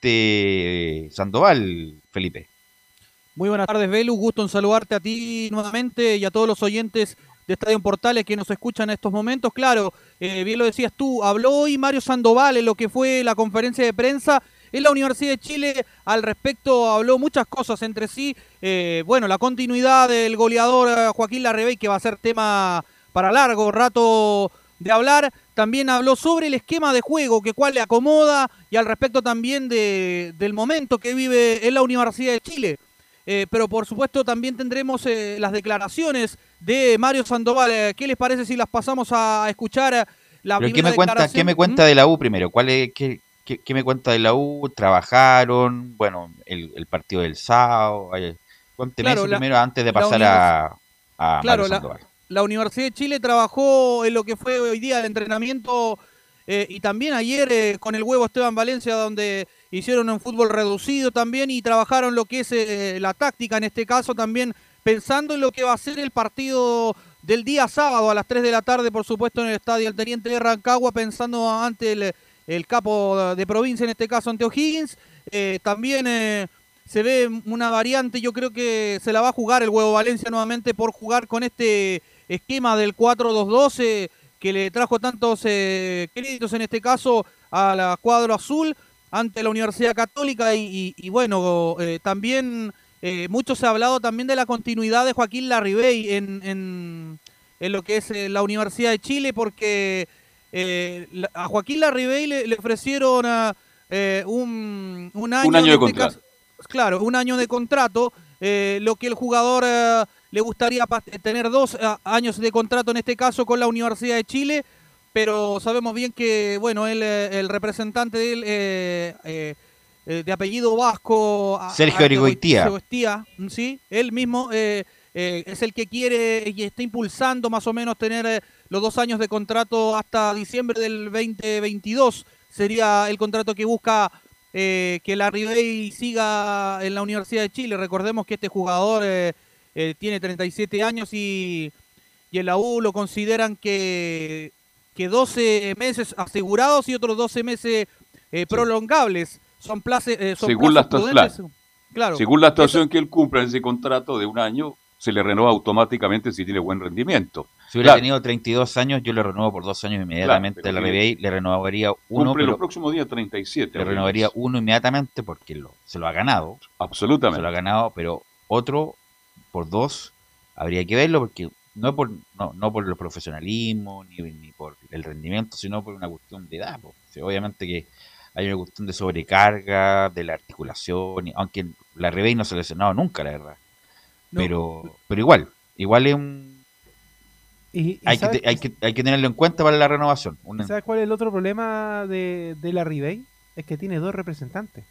volante Sandoval, Felipe. Muy buenas tardes, Belu, gusto en saludarte a ti nuevamente y a todos los oyentes de Estadio en Portales que nos escuchan en estos momentos. Claro, eh, bien lo decías tú, habló hoy Mario Sandoval en lo que fue la conferencia de prensa en la Universidad de Chile. Al respecto habló muchas cosas entre sí, eh, bueno, la continuidad del goleador Joaquín Larribey, que va a ser tema para largo rato de hablar. También habló sobre el esquema de juego, que cuál le acomoda, y al respecto también de, del momento que vive en la Universidad de Chile. Eh, pero por supuesto también tendremos eh, las declaraciones de Mario Sandoval. Eh, ¿Qué les parece si las pasamos a escuchar? La Pero primera ¿qué me cuenta, declaración? ¿qué me cuenta ¿Mm? de la U primero? ¿Cuál es, qué, qué, qué me cuenta de la U? ¿Trabajaron? Bueno, el, el partido del sábado. Ay, cuénteme Claro, eso la- primero antes de la pasar univers- a, a Claro, Mario la, Sandoval. la Universidad de Chile trabajó en lo que fue hoy día el entrenamiento eh, y también ayer eh, con el huevo Esteban Valencia, donde hicieron un fútbol reducido también y trabajaron lo que es eh, la táctica en este caso también, pensando en lo que va a ser el partido del día sábado a las tres de la tarde, por supuesto en el estadio El Teniente de Rancagua, pensando ante el, el capo de provincia, en este caso ante O'Higgins. Eh, también eh, se ve una variante, yo creo que se la va a jugar el huevo Valencia nuevamente por jugar con este esquema del cuatro dos dos eh, que le trajo tantos eh, créditos en este caso a la cuadro azul ante la Universidad Católica y, y, y bueno, eh, también eh, mucho se ha hablado también de la continuidad de Joaquín Larribey en, en, en lo que es eh, la Universidad de Chile, porque eh, la- a Joaquín Larribey le, le ofrecieron a, eh, un, un año, Un año en de este contrato. caso- claro, un año de contrato, eh, lo que el jugador eh, le gustaría pa- tener dos eh, años de contrato en este caso con la Universidad de Chile, pero sabemos bien que, bueno, él, eh, el representante de él, eh, eh, eh, de apellido vasco, a- Sergio a- Arigoitía. Arigoitía, sí, él mismo eh, eh, es el que quiere y está impulsando más o menos tener eh, los dos años de contrato hasta diciembre del veinte veintidós. Sería el contrato que busca eh, que Larribey siga en la Universidad de Chile. Recordemos que este jugador eh, eh, tiene treinta y siete años y, y en la U lo consideran que, que doce meses asegurados y otros doce meses eh, prolongables. Son, place, eh, son Según la plazos actuación, prudentes. Claro. según la actuación que él cumpla en ese contrato de un año, se le renueva automáticamente si tiene buen rendimiento. Si hubiera Claro, tenido treinta y dos años, yo le renuevo por dos años inmediatamente. Claro, a pero Larribey le renovaría uno, cumple pero los próximos días treinta y siete. le renovaría uno inmediatamente porque lo, se lo ha ganado. Absolutamente. Se lo ha ganado, pero otro por dos habría que verlo porque no es por no, no por el profesionalismo ni, ni por el rendimiento, sino por una cuestión de edad. po. O sea, obviamente que hay una cuestión de sobrecarga, de la articulación, y- aunque Larribey no se ha lesionado nunca, la verdad. No. Pero, pero igual, igual es un Y, y hay que, ¿sabes, te- hay, que, hay que tenerlo en cuenta para la renovación. Un- ¿sabes cuál es el otro problema de, de la Ribey? Es que tiene dos representantes.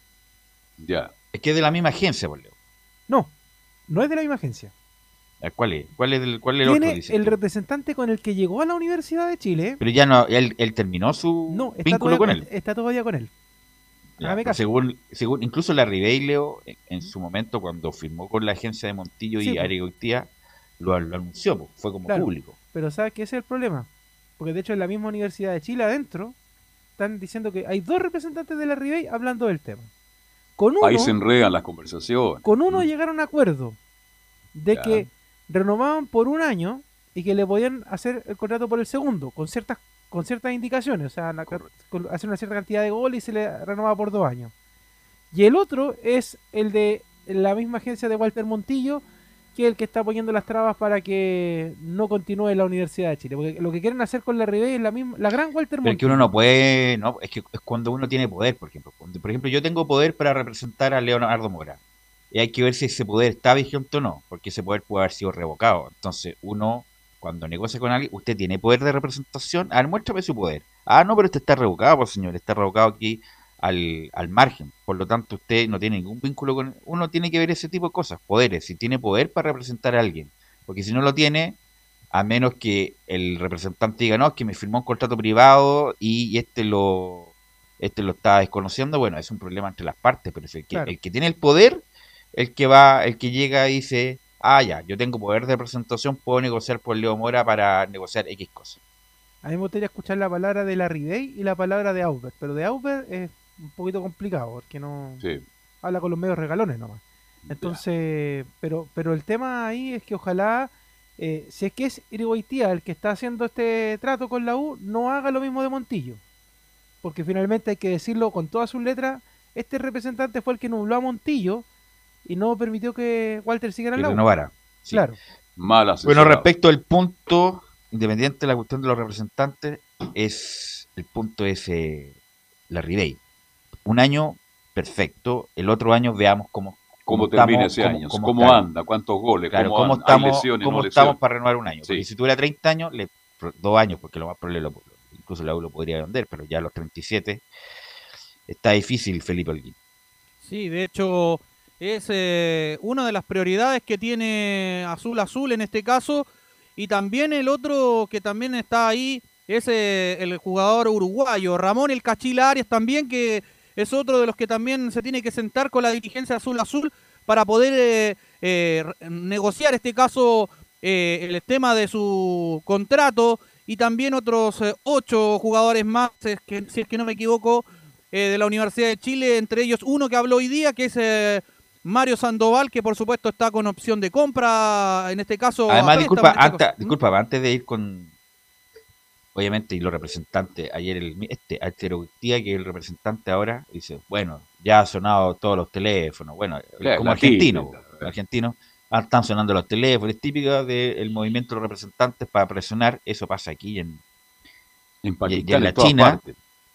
Ya. Es que es de la misma agencia, por Leo. No, no es de la misma agencia. ¿Cuál es? ¿Cuál es el, cuál es el Tiene otro? Dice? el representante con el que llegó a la Universidad de Chile. Pero ya no, él, él terminó su No, está vínculo todavía, con él. está todavía con él. Ya, Hágame pero caso. según, según, incluso la Ribey, Leo, en, en su momento, cuando firmó con la agencia de Montillo Sí, y po. Arigoitía, lo, lo anunció, po, fue como Claro, público. Pero ¿sabes qué? Ese es el problema? Porque de hecho en la misma Universidad de Chile adentro están diciendo que hay dos representantes de la Ribey hablando del tema. Con uno, Ahí se enredan las conversaciones. con uno llegaron a acuerdo de Ya. que renovaban por un año y que le podían hacer el contrato por el segundo, con ciertas con ciertas indicaciones, o sea, la, con, hacer una cierta cantidad de goles y se le renueva por dos años. Y el otro es el de la misma agencia de Walter Montillo, que es el que está poniendo las trabas para que no continúe en la Universidad de Chile. Porque lo que quieren hacer con la Ribey es la misma, la gran Walter Pero Montillo. es que uno no puede, no, es que es cuando uno tiene poder, por ejemplo. Cuando, por ejemplo, yo tengo poder para representar a Leonardo Mora. Y hay que ver si ese poder está vigente o no, porque ese poder puede haber sido revocado. Entonces, uno, cuando negocia con alguien, usted tiene poder de representación, a ver, muéstrame su poder. Ah, no, pero este está revocado, pues señor, está revocado aquí al, al margen. Por lo tanto, usted no tiene ningún vínculo con... Uno tiene que ver ese tipo de cosas, poderes, si tiene poder para representar a alguien. Porque si no lo tiene, a menos que el representante diga, no, es que me firmó un contrato privado y, y este lo este lo está desconociendo, bueno, es un problema entre las partes, pero es el que, Claro. el que tiene el poder, el que va, el que llega y dice, ah, ya, yo tengo poder de representación, puedo negociar por Leo Mora para negociar X cosas. A mí me gustaría escuchar la palabra de la Ribey y la palabra de Aubert, pero de Aubert es un poquito complicado, porque no Sí. habla con los medios regalones nomás. Entonces, pero pero el tema ahí es que ojalá, eh, si es que es Irigoitía el que está haciendo este trato con la U, no haga lo mismo de Montillo. Porque finalmente hay que decirlo con todas sus letras, este representante fue el que nubló a Montillo y no permitió que Walter siguiera en Que la U. renovara. Sí. Claro. Mal Bueno, asesorado. respecto al punto, independiente de la cuestión de los representantes, es el punto es eh, la Ribey. Un año perfecto, el otro año veamos cómo ¿Cómo estamos, termina ese cómo- año? cómo- ¿Cómo claro, anda? ¿Cuántos goles? claro, ¿Cómo, cómo anda? estamos, ¿Hay lesiones, cómo no estamos lesiones? para renovar un año. Porque Sí. si tuviera treinta años, le, dos años, porque lo más probable, lo, incluso la U lo podría vender, pero ya a los treinta y siete está difícil Felipe Holguín. Sí, de hecho es eh, una de las prioridades que tiene Azul Azul en este caso. Y también el otro que también está ahí es eh, el jugador uruguayo, Ramón El Cachila Arias también, que es otro de los que también se tiene que sentar con la dirigencia Azul Azul para poder eh, eh, negociar este caso, eh, el tema de su contrato, y también otros eh, ocho jugadores más, es que, si es que no me equivoco, eh, de la Universidad de Chile, entre ellos uno que habló hoy día, que es eh, Mario Sandoval, que por supuesto está con opción de compra, en este caso... a Además, préstamo, disculpa, en este antes, caso. disculpa, antes de ir con, obviamente, y los representantes, ayer el este Alterogtía, que es el representante ahora, dice, bueno, ya han sonado todos los teléfonos, bueno, Claro, como la argentino, típica. argentino, ah, están sonando los teléfonos, es típica del movimiento de los representantes para presionar, eso pasa aquí en, En y- y Pakistán, en la en todas China, partes.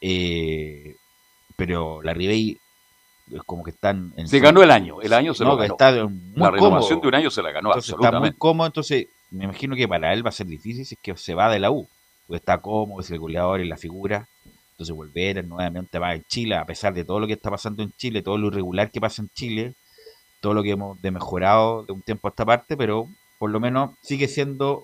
eh, pero la Ribey es como que están en Se su- ganó el año, el año se no, lo que ganó. está muy La renovación cómodo. de un año se la ganó, Entonces está muy absolutamente. cómodo, entonces me imagino que para él va a ser difícil si es que se va de la U, porque está cómodo, es el goleador y la figura, entonces volver nuevamente va en Chile, a pesar de todo lo que está pasando en Chile, todo lo irregular que pasa en Chile, todo lo que hemos de mejorado de un tiempo a esta parte, pero por lo menos sigue siendo,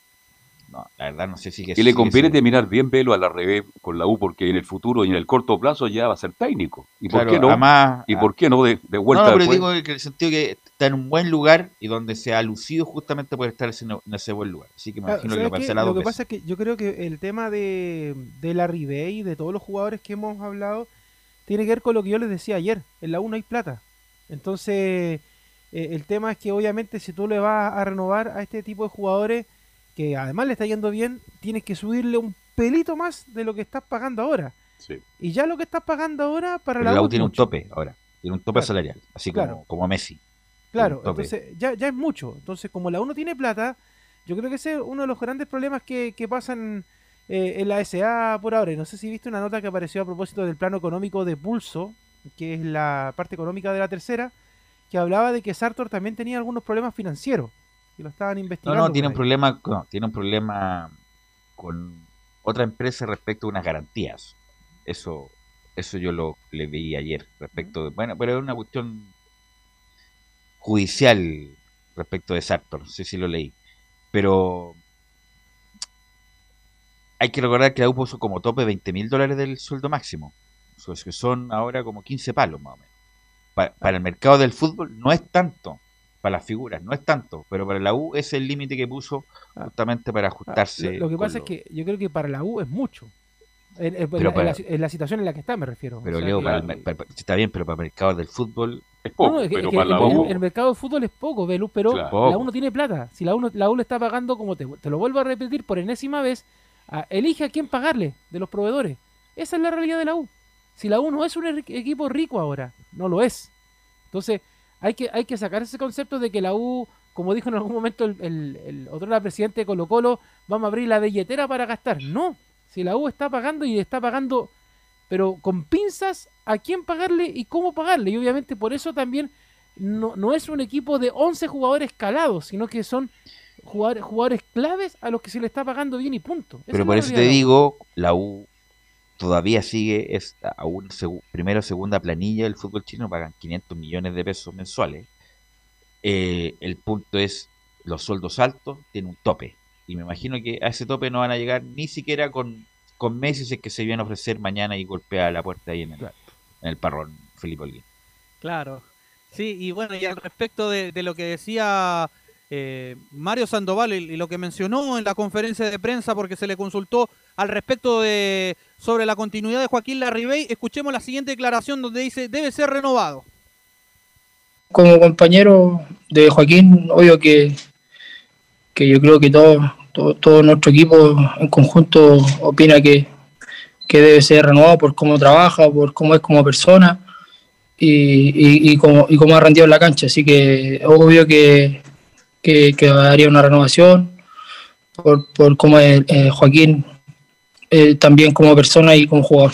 no, la verdad no sé si que Y le sigue conviene siendo- terminar bien Velo a la revés con la U, porque en el futuro y en el corto plazo ya va a ser técnico. ¿Y por Claro, qué no? además- ¿Y por qué no de, de No, vuelta no, pero después? digo que en el sentido que está en un buen lugar y donde se ha lucido justamente por estar en en ese buen lugar. Así que me Ah, imagino que ¿sabes lo qué? cancela Lo dos que veces. pasa es que yo creo que el tema de, de la Ribey, de todos los jugadores que hemos hablado, tiene que ver con lo que yo les decía ayer. En la U no hay plata. Entonces, eh, el tema es que obviamente si tú le vas a renovar a este tipo de jugadores, que además le está yendo bien, tienes que subirle un pelito más de lo que estás pagando ahora. Sí. Y ya lo que estás pagando ahora para Pero la la U U es tiene un mucho. tope ahora, tiene un tope Claro. salarial, así Claro. como, como Messi. Claro, un tope. entonces ya, ya es mucho. Entonces, como la U no tiene plata, yo creo que ese es uno de los grandes problemas que, que pasan eh, en la S A por ahora. Y no sé si viste una nota que apareció a propósito del plano económico de Pulso, que es la parte económica de la tercera, que hablaba de que Sartor también tenía algunos problemas financieros y lo estaban No, investigando. no, tiene por un ahí. problema, no, tiene un problema con otra empresa respecto a unas garantías. Eso, eso yo lo le vi ayer respecto de, bueno, pero es una cuestión judicial respecto de Sartor, no sé si lo leí. Pero hay que recordar que la U puso como tope veinte mil dólares del sueldo máximo. O sea, que son ahora como quince palos más o menos. Pa- para el mercado del fútbol no es tanto, para las figuras no es tanto, pero para la U es el límite que puso justamente para Ah, ajustarse. lo, lo que con pasa lo- es que yo creo que para la U es mucho. En, en- Pero en la, para- en la- en la situación en la que está, me refiero. Pero O sea Leo, que- para el mer- para- para- está bien, pero para el mercado del fútbol es No, no, es que- es que el, el- el mercado de fútbol es poco, Belus, pero Claro. la U no tiene plata. Si la U, no- la U le está pagando, como te, te lo vuelvo a repetir por enésima vez, a- elige a quién pagarle de los proveedores. Esa es la realidad de la U. Si la U no es un er- equipo rico ahora, no lo es. Entonces, hay que, hay que sacar ese concepto de que la U, como dijo en algún momento el, el, el otro era presidente de Colo Colo, vamos a abrir la billetera para gastar. No, si la U está pagando y está pagando, pero con pinzas, a quién pagarle y cómo pagarle. Y obviamente por eso también no, no es un equipo de once jugadores calados, sino que son jugadores, jugadores claves a los que se le está pagando bien y punto. Esa Pero es por la eso te realidad. digo, la U todavía sigue, es aún segu- primera o segunda planilla del fútbol chileno, pagan quinientos millones de pesos mensuales. Eh, el punto es, los sueldos altos tienen un tope. Y me imagino que a ese tope no van a llegar ni siquiera con, con Messi, si es que se viene a ofrecer mañana y golpea la puerta ahí en el, en el parrón Felipe Holguín. Claro. Sí, y bueno, y al respecto de, de lo que decía eh, Mario Sandoval y, y lo que mencionó en la conferencia de prensa, porque se le consultó al respecto de sobre la continuidad de Joaquín Larribey, escuchemos la siguiente declaración donde dice, debe ser renovado. Como compañero de Joaquín, obvio que, que yo creo que todo, todo, todo nuestro equipo en conjunto opina que, que debe ser renovado por cómo trabaja, por cómo es como persona y, y, y, cómo, y cómo ha rendido en la cancha. Así que obvio que, que, que haría una renovación por, por cómo es eh, Joaquín, eh, también como persona y como jugador.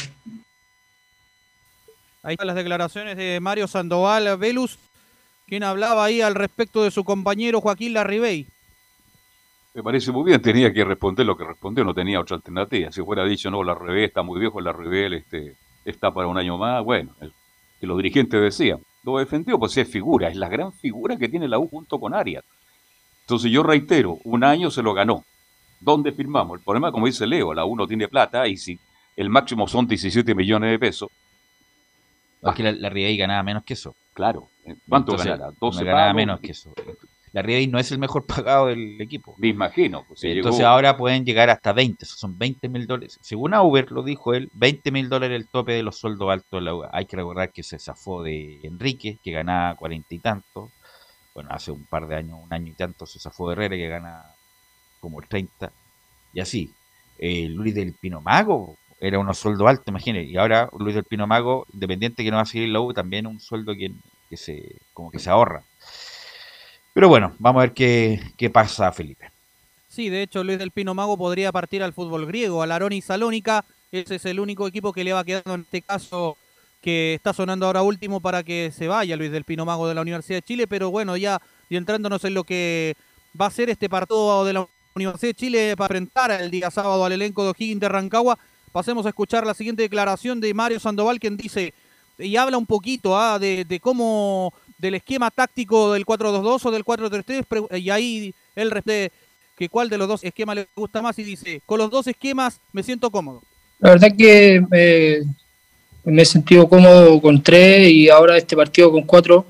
Ahí están las declaraciones de Mario Sandoval Velus, quien hablaba ahí al respecto de su compañero Joaquín Larribey. Me parece muy bien, tenía que responder lo que respondió, no tenía otra alternativa. Si fuera dicho, no, la Rebel está muy viejo, la Rebel este, está para un año más, bueno, el, que los dirigentes decían. Lo defendió, pues es figura, es la gran figura que tiene la U junto con Arias. Entonces yo reitero, un año se lo ganó. ¿Dónde firmamos? El problema, como dice Leo, la U no tiene plata y si el máximo son diecisiete millones de pesos. Es que la, la Ribey ganaba menos que eso. Claro. ¿Cuánto Entonces, ganará? doce no ganaba pagos. menos que eso. La Ribey no es el mejor pagado del equipo. Me imagino. Pues, si Entonces llegó... ahora pueden llegar hasta veinte, eso son veinte mil dólares. Según Auber lo dijo él, veinte mil dólares el tope de los sueldos altos de la U. Hay que recordar que se zafó de Enrique, que ganaba cuarenta y tantos. Bueno, hace un par de años, un año y tanto, se zafó de Herrera, que gana como el treinta. Y así. Eh, Luis del Pino Mago era unos sueldos altos, imagínate. Y ahora Luis del Pino Mago, independiente que no va a seguir la U, también un sueldo que, que se como que se ahorra. Pero bueno, vamos a ver qué, qué pasa, Felipe. Sí, de hecho Luis del Pino Mago podría partir al fútbol griego, al Aroni Salónica. Ese es el único equipo que le va quedando en este caso, que está sonando ahora último para que se vaya Luis del Pino Mago de la Universidad de Chile. Pero bueno, ya y entrándonos en lo que va a ser este partido de la Universidad de Chile para enfrentar el día sábado al elenco de O'Higgins de Rancagua, pasemos a escuchar la siguiente declaración de Mario Sandoval, quien dice y habla un poquito ¿ah? de, de cómo, del esquema táctico del cuatro dos dos o del cuatro tres tres, y ahí él responde que cuál de los dos esquemas le gusta más y dice, con los dos esquemas me siento cómodo. La verdad que eh, me he sentido cómodo con tres y ahora este partido con cuatro.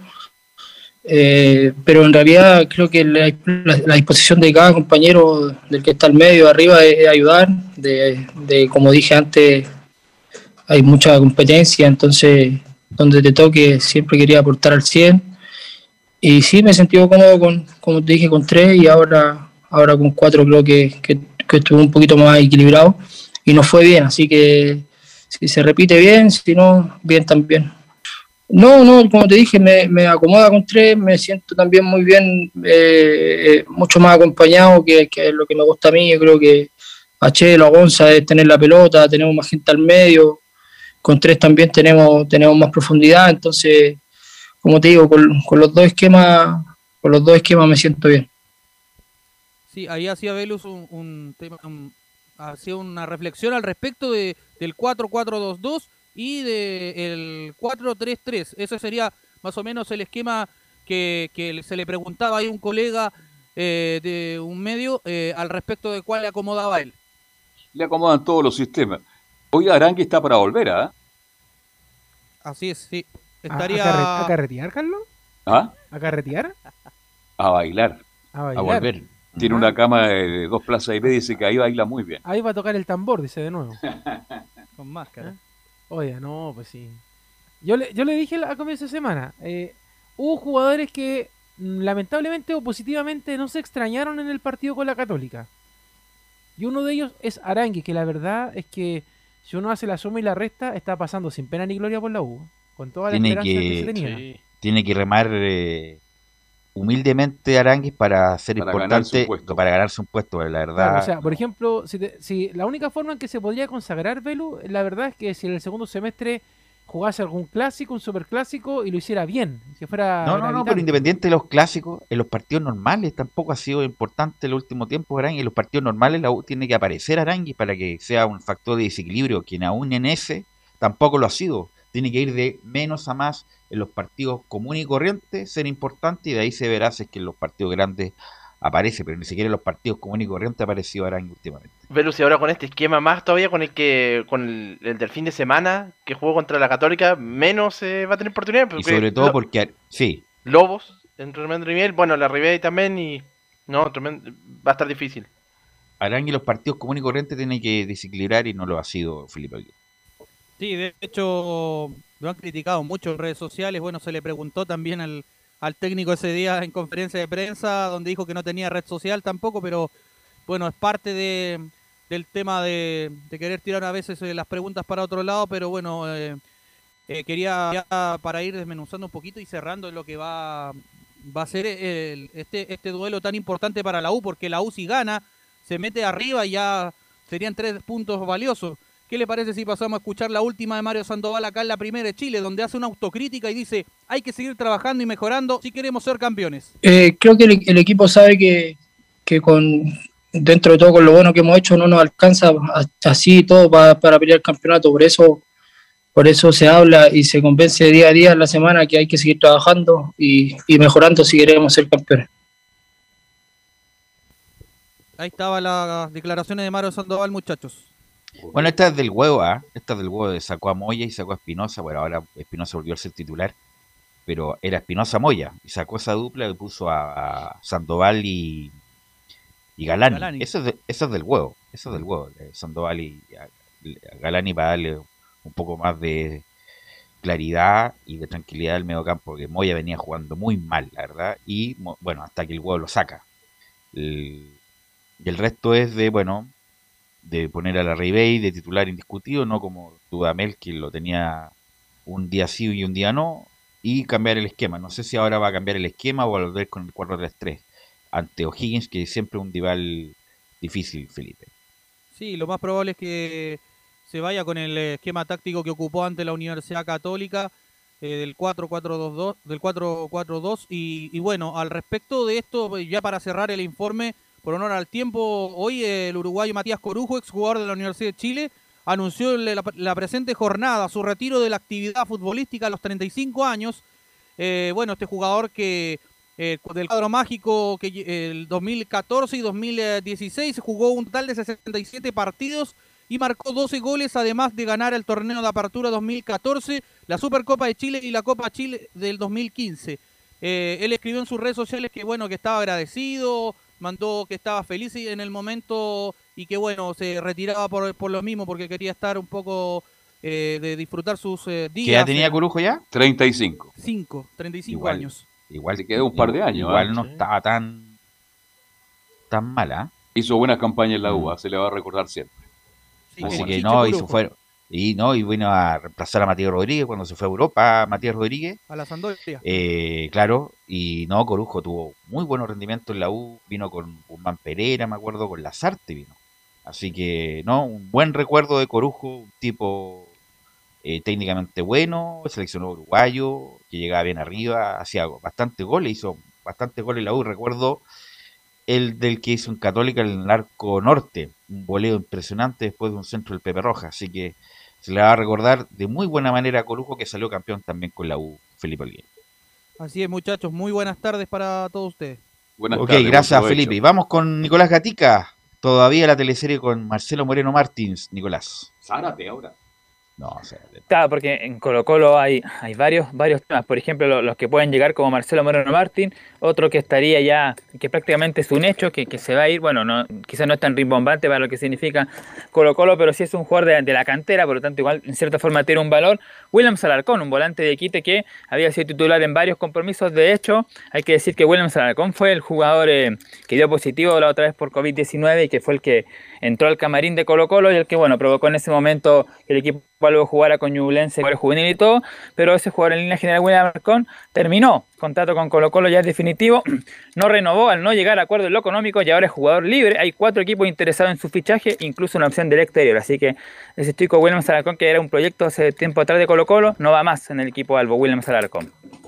Eh, pero en realidad creo que la, la, la disposición de cada compañero del que está al medio, arriba, es, es ayudar, de, de como dije antes, hay mucha competencia, entonces donde te toque siempre quería aportar al cien, y sí me he sentido cómodo con, como te dije, con tres, y ahora, ahora con cuatro creo que, que, que estuve un poquito más equilibrado y nos fue bien, así que si se repite bien, si no, bien también. No, no, como te dije, me, me acomoda con tres, me siento también muy bien, eh, mucho más acompañado, que, que es lo que me gusta a mí. Yo creo que a Chelo, a Gonza es tener la pelota, tenemos más gente al medio, con tres también tenemos, tenemos más profundidad, entonces, como te digo, con, con los dos esquemas, con los dos esquemas me siento bien. Sí, ahí hacía Velus un, un tema, un, hacía una reflexión al respecto de, del cuatro cuatro dos dos y del cuatro tres tres. Ese sería más o menos el esquema que, que se le preguntaba ahí un colega eh, de un medio eh, al respecto de cuál le acomodaba a él. Le acomodan todos los sistemas. Hoy Arangui está para volver, ¿ah? ¿eh? Así es, sí. Estaría... ¿A, a, carre ¿A carretear, Carlos? ¿Ah? ¿A carretear? A bailar. A bailar. A volver. Tiene una cama de dos plazas y media y dice que ahí baila muy bien. Ahí va a tocar el tambor, dice de nuevo. Con máscara. ¿Eh? Oye, no, pues sí. Yo le, yo le dije a comienzo de semana, eh, hubo jugadores que lamentablemente o positivamente no se extrañaron en el partido con la Católica. Y uno de ellos es Arangui, que la verdad es que si uno hace la suma y la resta, está pasando sin pena ni gloria por la U, con toda la Tiene esperanza que, que, se tenía. sí. tiene que remar eh, humildemente Aranguis para ser Para importante, ganarse un puesto. para ganarse un puesto, la verdad. Claro, o sea, por ejemplo, si, te- si la única forma en que se podría consagrar Velu, la verdad es que si en el segundo semestre jugase algún clásico, un superclásico y lo hiciera bien, que fuera No, no, no, gravitante. pero independiente de los clásicos, en los partidos normales tampoco ha sido importante el último tiempo Arangui. En los partidos normales la U tiene que aparecer Arangui para que sea un factor de desequilibrio, quien aún en ese tampoco lo ha sido. Tiene que ir de menos a más en los partidos comunes y corrientes, ser importante, y de ahí se verá si es que en los partidos grandes aparece, pero ni siquiera en los partidos comunes y corrientes ha aparecido Arangui últimamente. Velus, y ahora con este esquema más todavía con el que con el, el del fin de semana que jugó contra la Católica, menos eh, va a tener oportunidad. Y sobre todo Lo- porque, sí, Lobos en tremendo nivel, bueno, la Ribey también y no, tremendo, va a estar difícil. Arangui en los partidos comunes y corrientes tiene que desequilibrar y no lo ha sido Felipe Aguirre. Sí, de hecho lo han criticado mucho en redes sociales. Bueno, se le preguntó también al, al técnico ese día en conferencia de prensa, donde dijo que no tenía red social tampoco, pero bueno, es parte de, del tema de, de querer tirar a veces eh, las preguntas para otro lado, pero bueno, eh, eh, quería ya para ir desmenuzando un poquito y cerrando lo que va, va a ser el- este, este duelo tan importante para la U, porque la U si gana, se mete arriba y ya serían tres puntos valiosos. ¿Qué le parece si pasamos a escuchar la última de Mario Sandoval acá en la Primera de Chile, donde hace una autocrítica y dice, hay que seguir trabajando y mejorando si queremos ser campeones? Eh, creo que el, el equipo sabe que, que con dentro de todo con lo bueno que hemos hecho no nos alcanza a- así todo para, para pelear el campeonato. Por eso, por eso se habla y se convence día a día en la semana que hay que seguir trabajando y, y mejorando si queremos ser campeones. Ahí estaban las declaraciones de Mario Sandoval, muchachos. Bueno, esta es del huevo, ¿ah? Esta es del huevo, de sacó a Moya y sacó a Espinosa. Bueno, ahora Espinosa volvió a ser titular, pero era Espinosa Moya, y sacó esa dupla y puso a, a Sandoval y, y Galani. Galani. Eso, es de- eso es del huevo, eso es del huevo, de Sandoval y a- a Galani para darle un poco más de claridad y de tranquilidad al mediocampo, porque Moya venía jugando muy mal, la verdad, y mo- bueno, hasta que el huevo lo saca. El- y el resto es de, bueno, de poner a la Ribey de titular indiscutido, no como Dudamel, que lo tenía un día sí y un día no, y cambiar el esquema. No sé si ahora va a cambiar el esquema o volver con el cuatro tres tres ante O'Higgins, que es siempre un rival difícil, Felipe. Sí, lo más probable es que se vaya con el esquema táctico que ocupó ante la Universidad Católica eh, del cuatro cuatro dos dos, del cuatro cuatro dos y, y bueno, al respecto de esto, ya para cerrar el informe, por honor al tiempo, hoy el uruguayo Matías Corujo, exjugador de la Universidad de Chile, anunció en la, la presente jornada su retiro de la actividad futbolística a los treinta y cinco años. Eh, bueno, este jugador que eh, del cuadro mágico que eh, el dos mil catorce y dos mil dieciséis jugó un total de sesenta y siete partidos y marcó doce goles, además de ganar el torneo de apertura dos mil catorce, la Supercopa de Chile y la Copa Chile del dos mil quince. Eh, él escribió en sus redes sociales que bueno, que estaba agradecido, mandó que estaba feliz en el momento y que bueno, se retiraba por, por lo mismo porque quería estar un poco eh, de disfrutar sus eh, días. ¿Qué edad tenía Corujo ya? treinta y cinco. cinco, treinta y cinco Igual, años. Igual Se quedó un par de años, Igual ¿eh? no estaba tan tan mala. Hizo buenas campañas en la U A, se le va a recordar siempre. Sí, Así Como que Chicho no, y Corujo. se fue, y no, y vino a reemplazar a Matías Rodríguez cuando se fue a Europa, Matías Rodríguez. A la Sampdoria. Eh, claro, y no, Corujo tuvo muy buenos rendimientos en la U, vino con Guzmán Pereira, me acuerdo, con Lazarte vino. Así que, no, un buen recuerdo de Corujo, un tipo eh, técnicamente bueno, seleccionó uruguayo, que llegaba bien arriba, hacía bastantes goles, hizo bastantes goles en la U, recuerdo el del que hizo en Católica en el arco norte, un voleo impresionante después de un centro del Pepe Roja, así que se le va a recordar de muy buena manera a Corujo, que salió campeón también con la U, Felipe Alguín. Así es, muchachos, muy buenas tardes para todos ustedes. Buenas Ok, tardes, gracias buen provecho. Felipe. Y vamos con Nicolás Gatica, todavía la teleserie con Marcelo Moreno Martins, Nicolás. Zárate ahora. No, o sea, Claro, porque en Colo Colo hay, hay varios, varios temas. Por ejemplo, lo- los que pueden llegar como Marcelo Moreno Martín, otro que estaría ya, que prácticamente es un hecho, que, que se va a ir, bueno, no, quizás no es tan rimbombante para lo que significa Colo Colo, pero sí es un jugador de, de la cantera, por lo tanto igual en cierta forma tiene un valor. Williams Alarcón, un volante de Quite que había sido titular en varios compromisos. De hecho, hay que decir que Williams Alarcón fue el jugador eh, que dio positivo la otra vez por COVID diecinueve y que fue el que entró al camarín de Colo Colo y el que, bueno, provocó en ese momento que el equipo luego jugara con Ñublense, con el juvenil y todo, pero ese jugador en línea general, William Alarcón, terminó contrato con Colo Colo, ya es definitivo, no renovó al no llegar a acuerdo en lo económico y ahora es jugador libre. Hay cuatro equipos interesados en su fichaje, incluso una opción del exterior, así que ese chico William Alarcón, que era un proyecto hace tiempo atrás de Colo Colo, no va más en el equipo Albo, William Alarcón.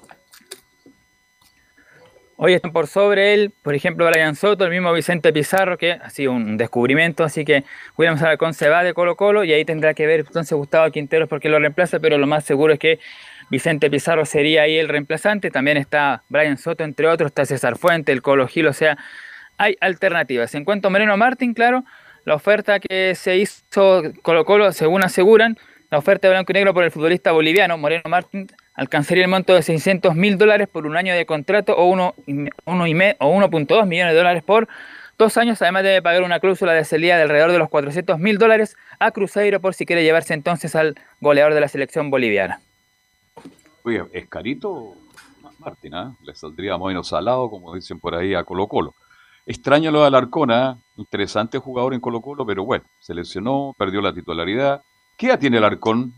Hoy están por sobre él, por ejemplo, Brian Soto, el mismo Vicente Pizarro, que ha sido un descubrimiento, así que William Alarcón se va de Colo Colo y ahí tendrá que ver entonces Gustavo Quinteros porque lo reemplaza, pero lo más seguro es que Vicente Pizarro sería ahí el reemplazante. También está Brian Soto, entre otros, está César Fuente, el Colo Gil, o sea, hay alternativas. En cuanto a Moreno Martín, claro, la oferta que se hizo Colo Colo, según aseguran, la oferta de blanco y negro por el futbolista boliviano Moreno Martín alcanzaría el monto de seiscientos mil dólares por un año de contrato o uno punto dos millones de dólares por dos años. Además debe pagar una cláusula de salida de alrededor de los cuatrocientos mil dólares a Cruzeiro por si quiere llevarse entonces al goleador de la selección boliviana. Oye, es carito Martín, ¿eh? Le saldría muy salado, como dicen por ahí, a Colo Colo. Extraño lo de Alarcón, ¿eh? Interesante jugador en Colo Colo, pero bueno, se lesionó, perdió la titularidad. ¿Qué edad tiene Alarcón?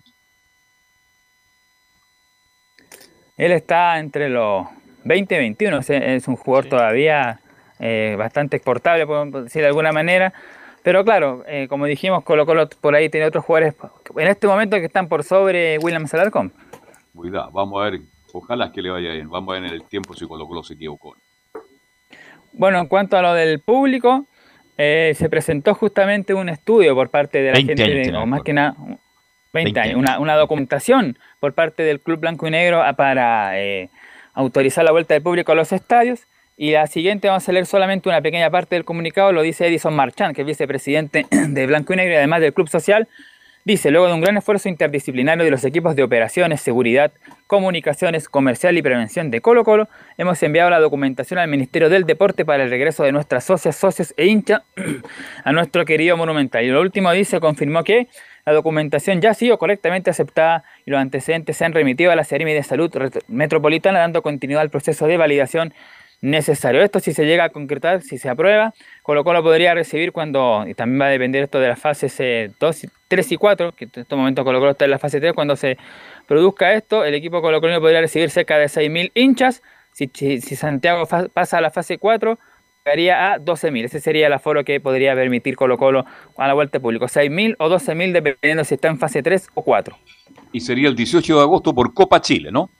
Él está entre los veinte y veintiuno, es un jugador sí. todavía eh, bastante exportable, podemos decir de alguna manera. Pero claro, eh, como dijimos, Colo Colo por ahí tiene otros jugadores en este momento que están por sobre William Alarcón. Cuidado, vamos a ver, ojalá que le vaya bien, vamos a ver en el tiempo si Colo Colo se equivocó. Bueno, en cuanto a lo del público, eh, se presentó justamente un estudio por parte de la gente, de, o más que nada, veinte años, una, una documentación por parte del Club Blanco y Negro para eh, autorizar la vuelta del público a los estadios. Y la siguiente vamos a leer solamente una pequeña parte del comunicado, lo dice Edison Marchand, que es vicepresidente de Blanco y Negro y además del Club Social. Dice, luego de un gran esfuerzo interdisciplinario de los equipos de operaciones, seguridad, comunicaciones, comercial y prevención de Colo Colo, hemos enviado la documentación al Ministerio del Deporte para el regreso de nuestras socias, socios e hinchas a nuestro querido Monumental. Y lo último dice, confirmó que la documentación ya ha sido correctamente aceptada y los antecedentes se han remitido a la Seremi de Salud Metropolitana, dando continuidad al proceso de validación necesario. Esto, si se llega a concretar, si se aprueba, Colo Colo podría recibir cuando, y también va a depender esto de las fases eh, dos, tres y cuatro, que en este momento Colo Colo está en la fase tres, cuando se produzca esto, el equipo colocolino podría recibir cerca de seis mil hinchas. Si, si, si Santiago fa, pasa a la fase cuatro, llegaría a doce mil. Ese sería el aforo que podría permitir Colo Colo a la vuelta de público, seis mil o doce mil, dependiendo si está en fase tres o cuatro. Y sería el dieciocho de agosto por Copa Chile, ¿no?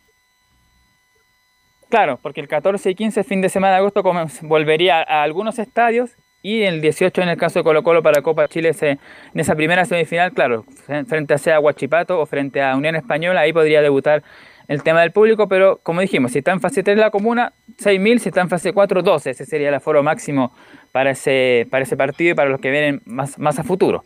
Claro, porque el catorce y quince, fin de semana de agosto, volvería a algunos estadios y el dieciocho en el caso de Colo Colo para Copa Chile, se, en esa primera semifinal, claro, frente a sea Huachipato o frente a Unión Española, ahí podría debutar el tema del público, pero como dijimos, si está en fase tres la comuna, seis mil, si está en fase cuatro, doce, ese sería el aforo máximo para ese, para ese partido y para los que vienen más, más a futuro.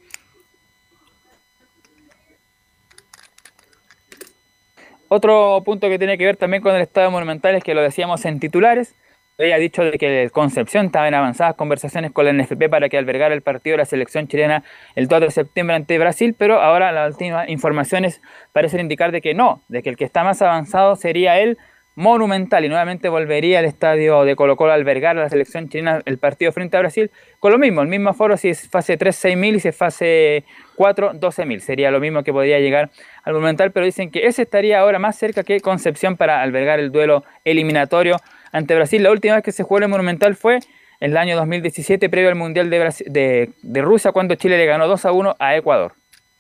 Otro punto que tiene que ver también con el Estadio Monumental es que lo decíamos en titulares. Ella ha dicho de que Concepción estaba en avanzadas conversaciones con la N F P para que albergara el partido de la selección chilena el dos de septiembre ante Brasil, pero ahora las últimas informaciones parecen indicar de que no, de que el que está más avanzado sería el Monumental y nuevamente volvería al estadio de Colo Colo a albergar a la selección chilena el partido frente a Brasil con lo mismo, el mismo aforo, si es fase tres, seis mil y si es fase cuatro, doce mil, sería lo mismo que podría llegar al Monumental, pero dicen que ese estaría ahora más cerca que Concepción para albergar el duelo eliminatorio ante Brasil. La última vez que se jugó en el Monumental fue en el año dos mil diecisiete, previo al Mundial de, Brasil, de, de Rusia, cuando Chile le ganó dos a uno a Ecuador.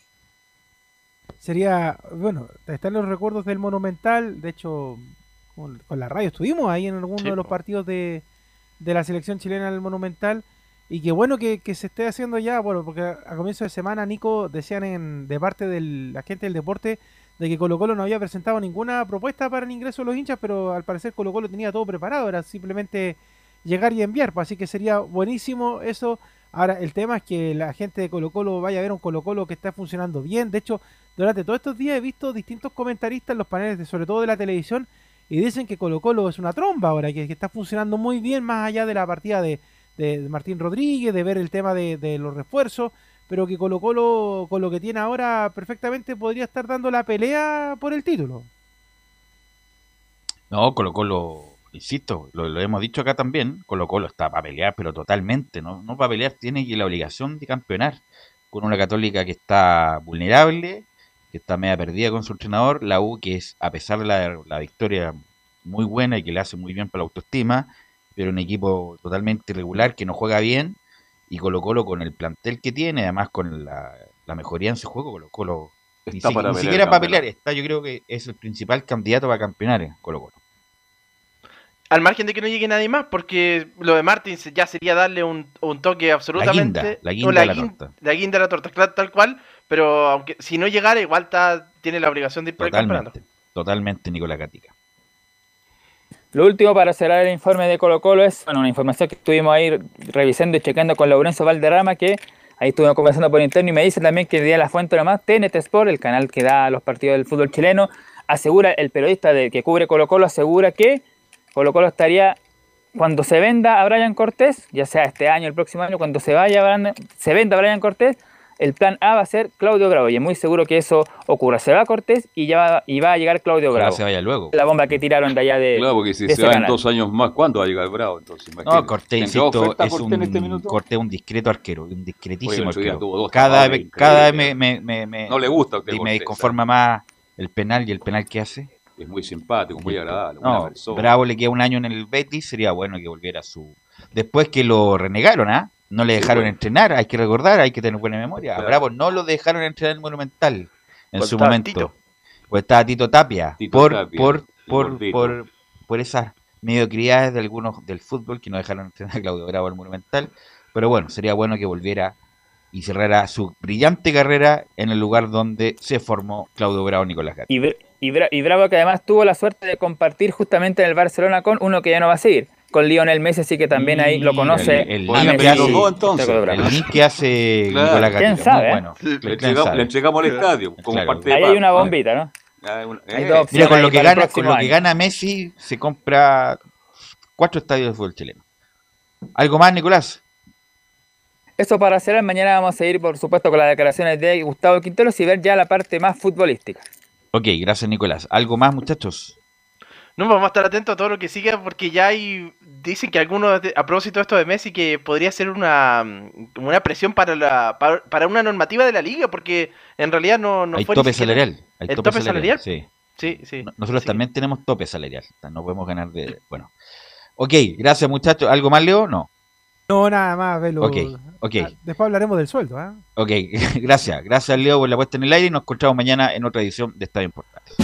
Sería, bueno, están los recuerdos del Monumental, de hecho con, con la radio estuvimos ahí en alguno sí, de los partidos de, de la selección chilena del Monumental, y qué bueno que, que se esté haciendo ya, bueno, porque a, a comienzo de semana, Nico, decían en, de parte de la gente del deporte de que Colo Colo no había presentado ninguna propuesta para el ingreso de los hinchas, pero al parecer Colo Colo tenía todo preparado, era simplemente llegar y enviar, pues, así que sería buenísimo eso Ahora, el tema es que la gente de Colo Colo vaya a ver un Colo Colo que está funcionando bien. De hecho, durante todos estos días he visto distintos comentaristas en los paneles, de, sobre todo de la televisión, y dicen que Colo Colo es una tromba ahora, que, que está funcionando muy bien más allá de la partida de, de, de Martín Rodríguez, de ver el tema de, de los refuerzos, pero que Colo Colo, con lo que tiene ahora, perfectamente podría estar dando la pelea por el título. No, Colo Colo, insisto, lo, lo hemos dicho acá también, Colo Colo está para pelear, pero totalmente, ¿no? No para pelear, tiene que la obligación de campeonar con una Católica que está vulnerable, que está media perdida con su entrenador, la U que es, a pesar de la, la victoria muy buena y que le hace muy bien para la autoestima, pero un equipo totalmente irregular que no juega bien, y Colo Colo con el plantel que tiene, además con la, la mejoría en su juego, Colo Colo ni, si, ni siquiera para pelear está, yo creo que es el principal candidato para campeonar en Colo Colo. Al margen de que no llegue nadie más, porque lo de Martins ya sería darle un, un toque absolutamente... La guinda, la guinda la, la guin, torta. La guinda de la torta, claro, tal cual, pero aunque si no llegara, igual está, tiene la obligación de ir por el campeonato. Totalmente, Nicolás Gatica. Lo último para cerrar el informe de Colo Colo es, bueno, una información que estuvimos ahí revisando y checando con Laurencio Valderrama, que ahí estuvimos conversando por interno y me dice también que el día de la fuente nomás, T N T Sport, el canal que da los partidos del fútbol chileno, asegura, el periodista de, que cubre Colo Colo asegura que Colo Colo estaría, cuando se venda a Brian Cortés, ya sea este año o el próximo año, cuando se vaya a, se venda a Brian Cortés, el plan A va a ser Claudio Bravo, y es muy seguro que eso ocurra. Se va Cortés y ya va, y va a llegar Claudio Bravo. Ahora se vaya luego. La bomba que tiraron de allá de Claro, porque si de se va canal. en dos años más, ¿cuándo va a llegar Bravo? Entonces, no, Cortés, insisto, es un, en este Cortés un discreto arquero, un discretísimo Oye, arquero. Cada vez cada vez me, me, me, me, no le gusta a usted, y Cortés, me disconforma más el penal y el penal que hace. Es muy simpático, muy agradable. No, Bravo le queda un año en el Betis, sería bueno que volviera a su... Después que lo renegaron, ¿ah? ¿eh? No le dejaron sí, bueno. entrenar, hay que recordar, hay que tener buena memoria. Claro. A Bravo no lo dejaron entrenar en el Monumental en su momento. Tito? O estaba Tito Tapia, Tito por, Tapia por, por, por, por, por esas mediocridades de algunos del fútbol que no dejaron entrenar a Claudio Bravo en el Monumental. Pero bueno, sería bueno que volviera y cerrara su brillante carrera en el lugar donde se formó Claudio Bravo Nicolás Gatica. Y, y, Bra y Bravo que además tuvo la suerte de compartir justamente en el Barcelona con uno que ya no va a seguir, con Lionel Messi, así que también ahí lo conoce. El, el, el, que, hace, entonces, el link que hace claro. Nicolás Gatica. ¿Quién sabe? Bueno, le, le, entregamos, le entregamos el estadio. Como claro. parte de ahí hay una bombita, ¿no? Hay eh, Mira, con lo que gana, con lo que gana Messi se compra cuatro estadios de fútbol chileno. ¿Algo más, Nicolás? Eso para cerrar, mañana vamos a seguir, por supuesto, con las declaraciones de Gustavo Quinteros y ver ya la parte más futbolística. Ok, gracias, Nicolás. ¿Algo más, muchachos? No, vamos a estar atentos a todo lo que siga, porque ya hay, dicen que algunos, a propósito de esto de Messi, que podría ser una, una presión para la para, para una normativa de la liga, porque en realidad no, no hay fue tope salarial. Hay ¿El tope, tope salarial? salarial? Sí. Sí, sí. Nosotros sí. también tenemos tope salarial, no podemos ganar de... Bueno. Ok, gracias, muchachos. ¿Algo más, Leo? No. No, nada más, Velo. Ok, ok. Después hablaremos del sueldo, ¿eh? Ok, gracias. Gracias, Leo, por la puesta en el aire y nos encontramos mañana en otra edición de Estadio en Portales.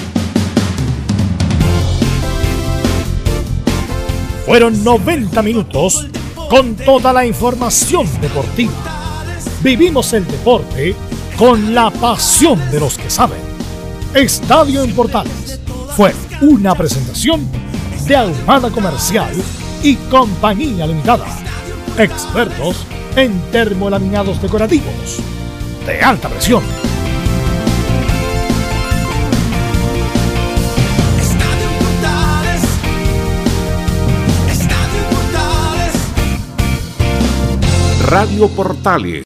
Fueron noventa minutos con toda la información deportiva. Vivimos el deporte con la pasión de los que saben. Estadio en Portales fue una presentación de Ahumada Comercial y Compañía Limitada. Expertos en termolaminados decorativos de alta presión. Radio Portales.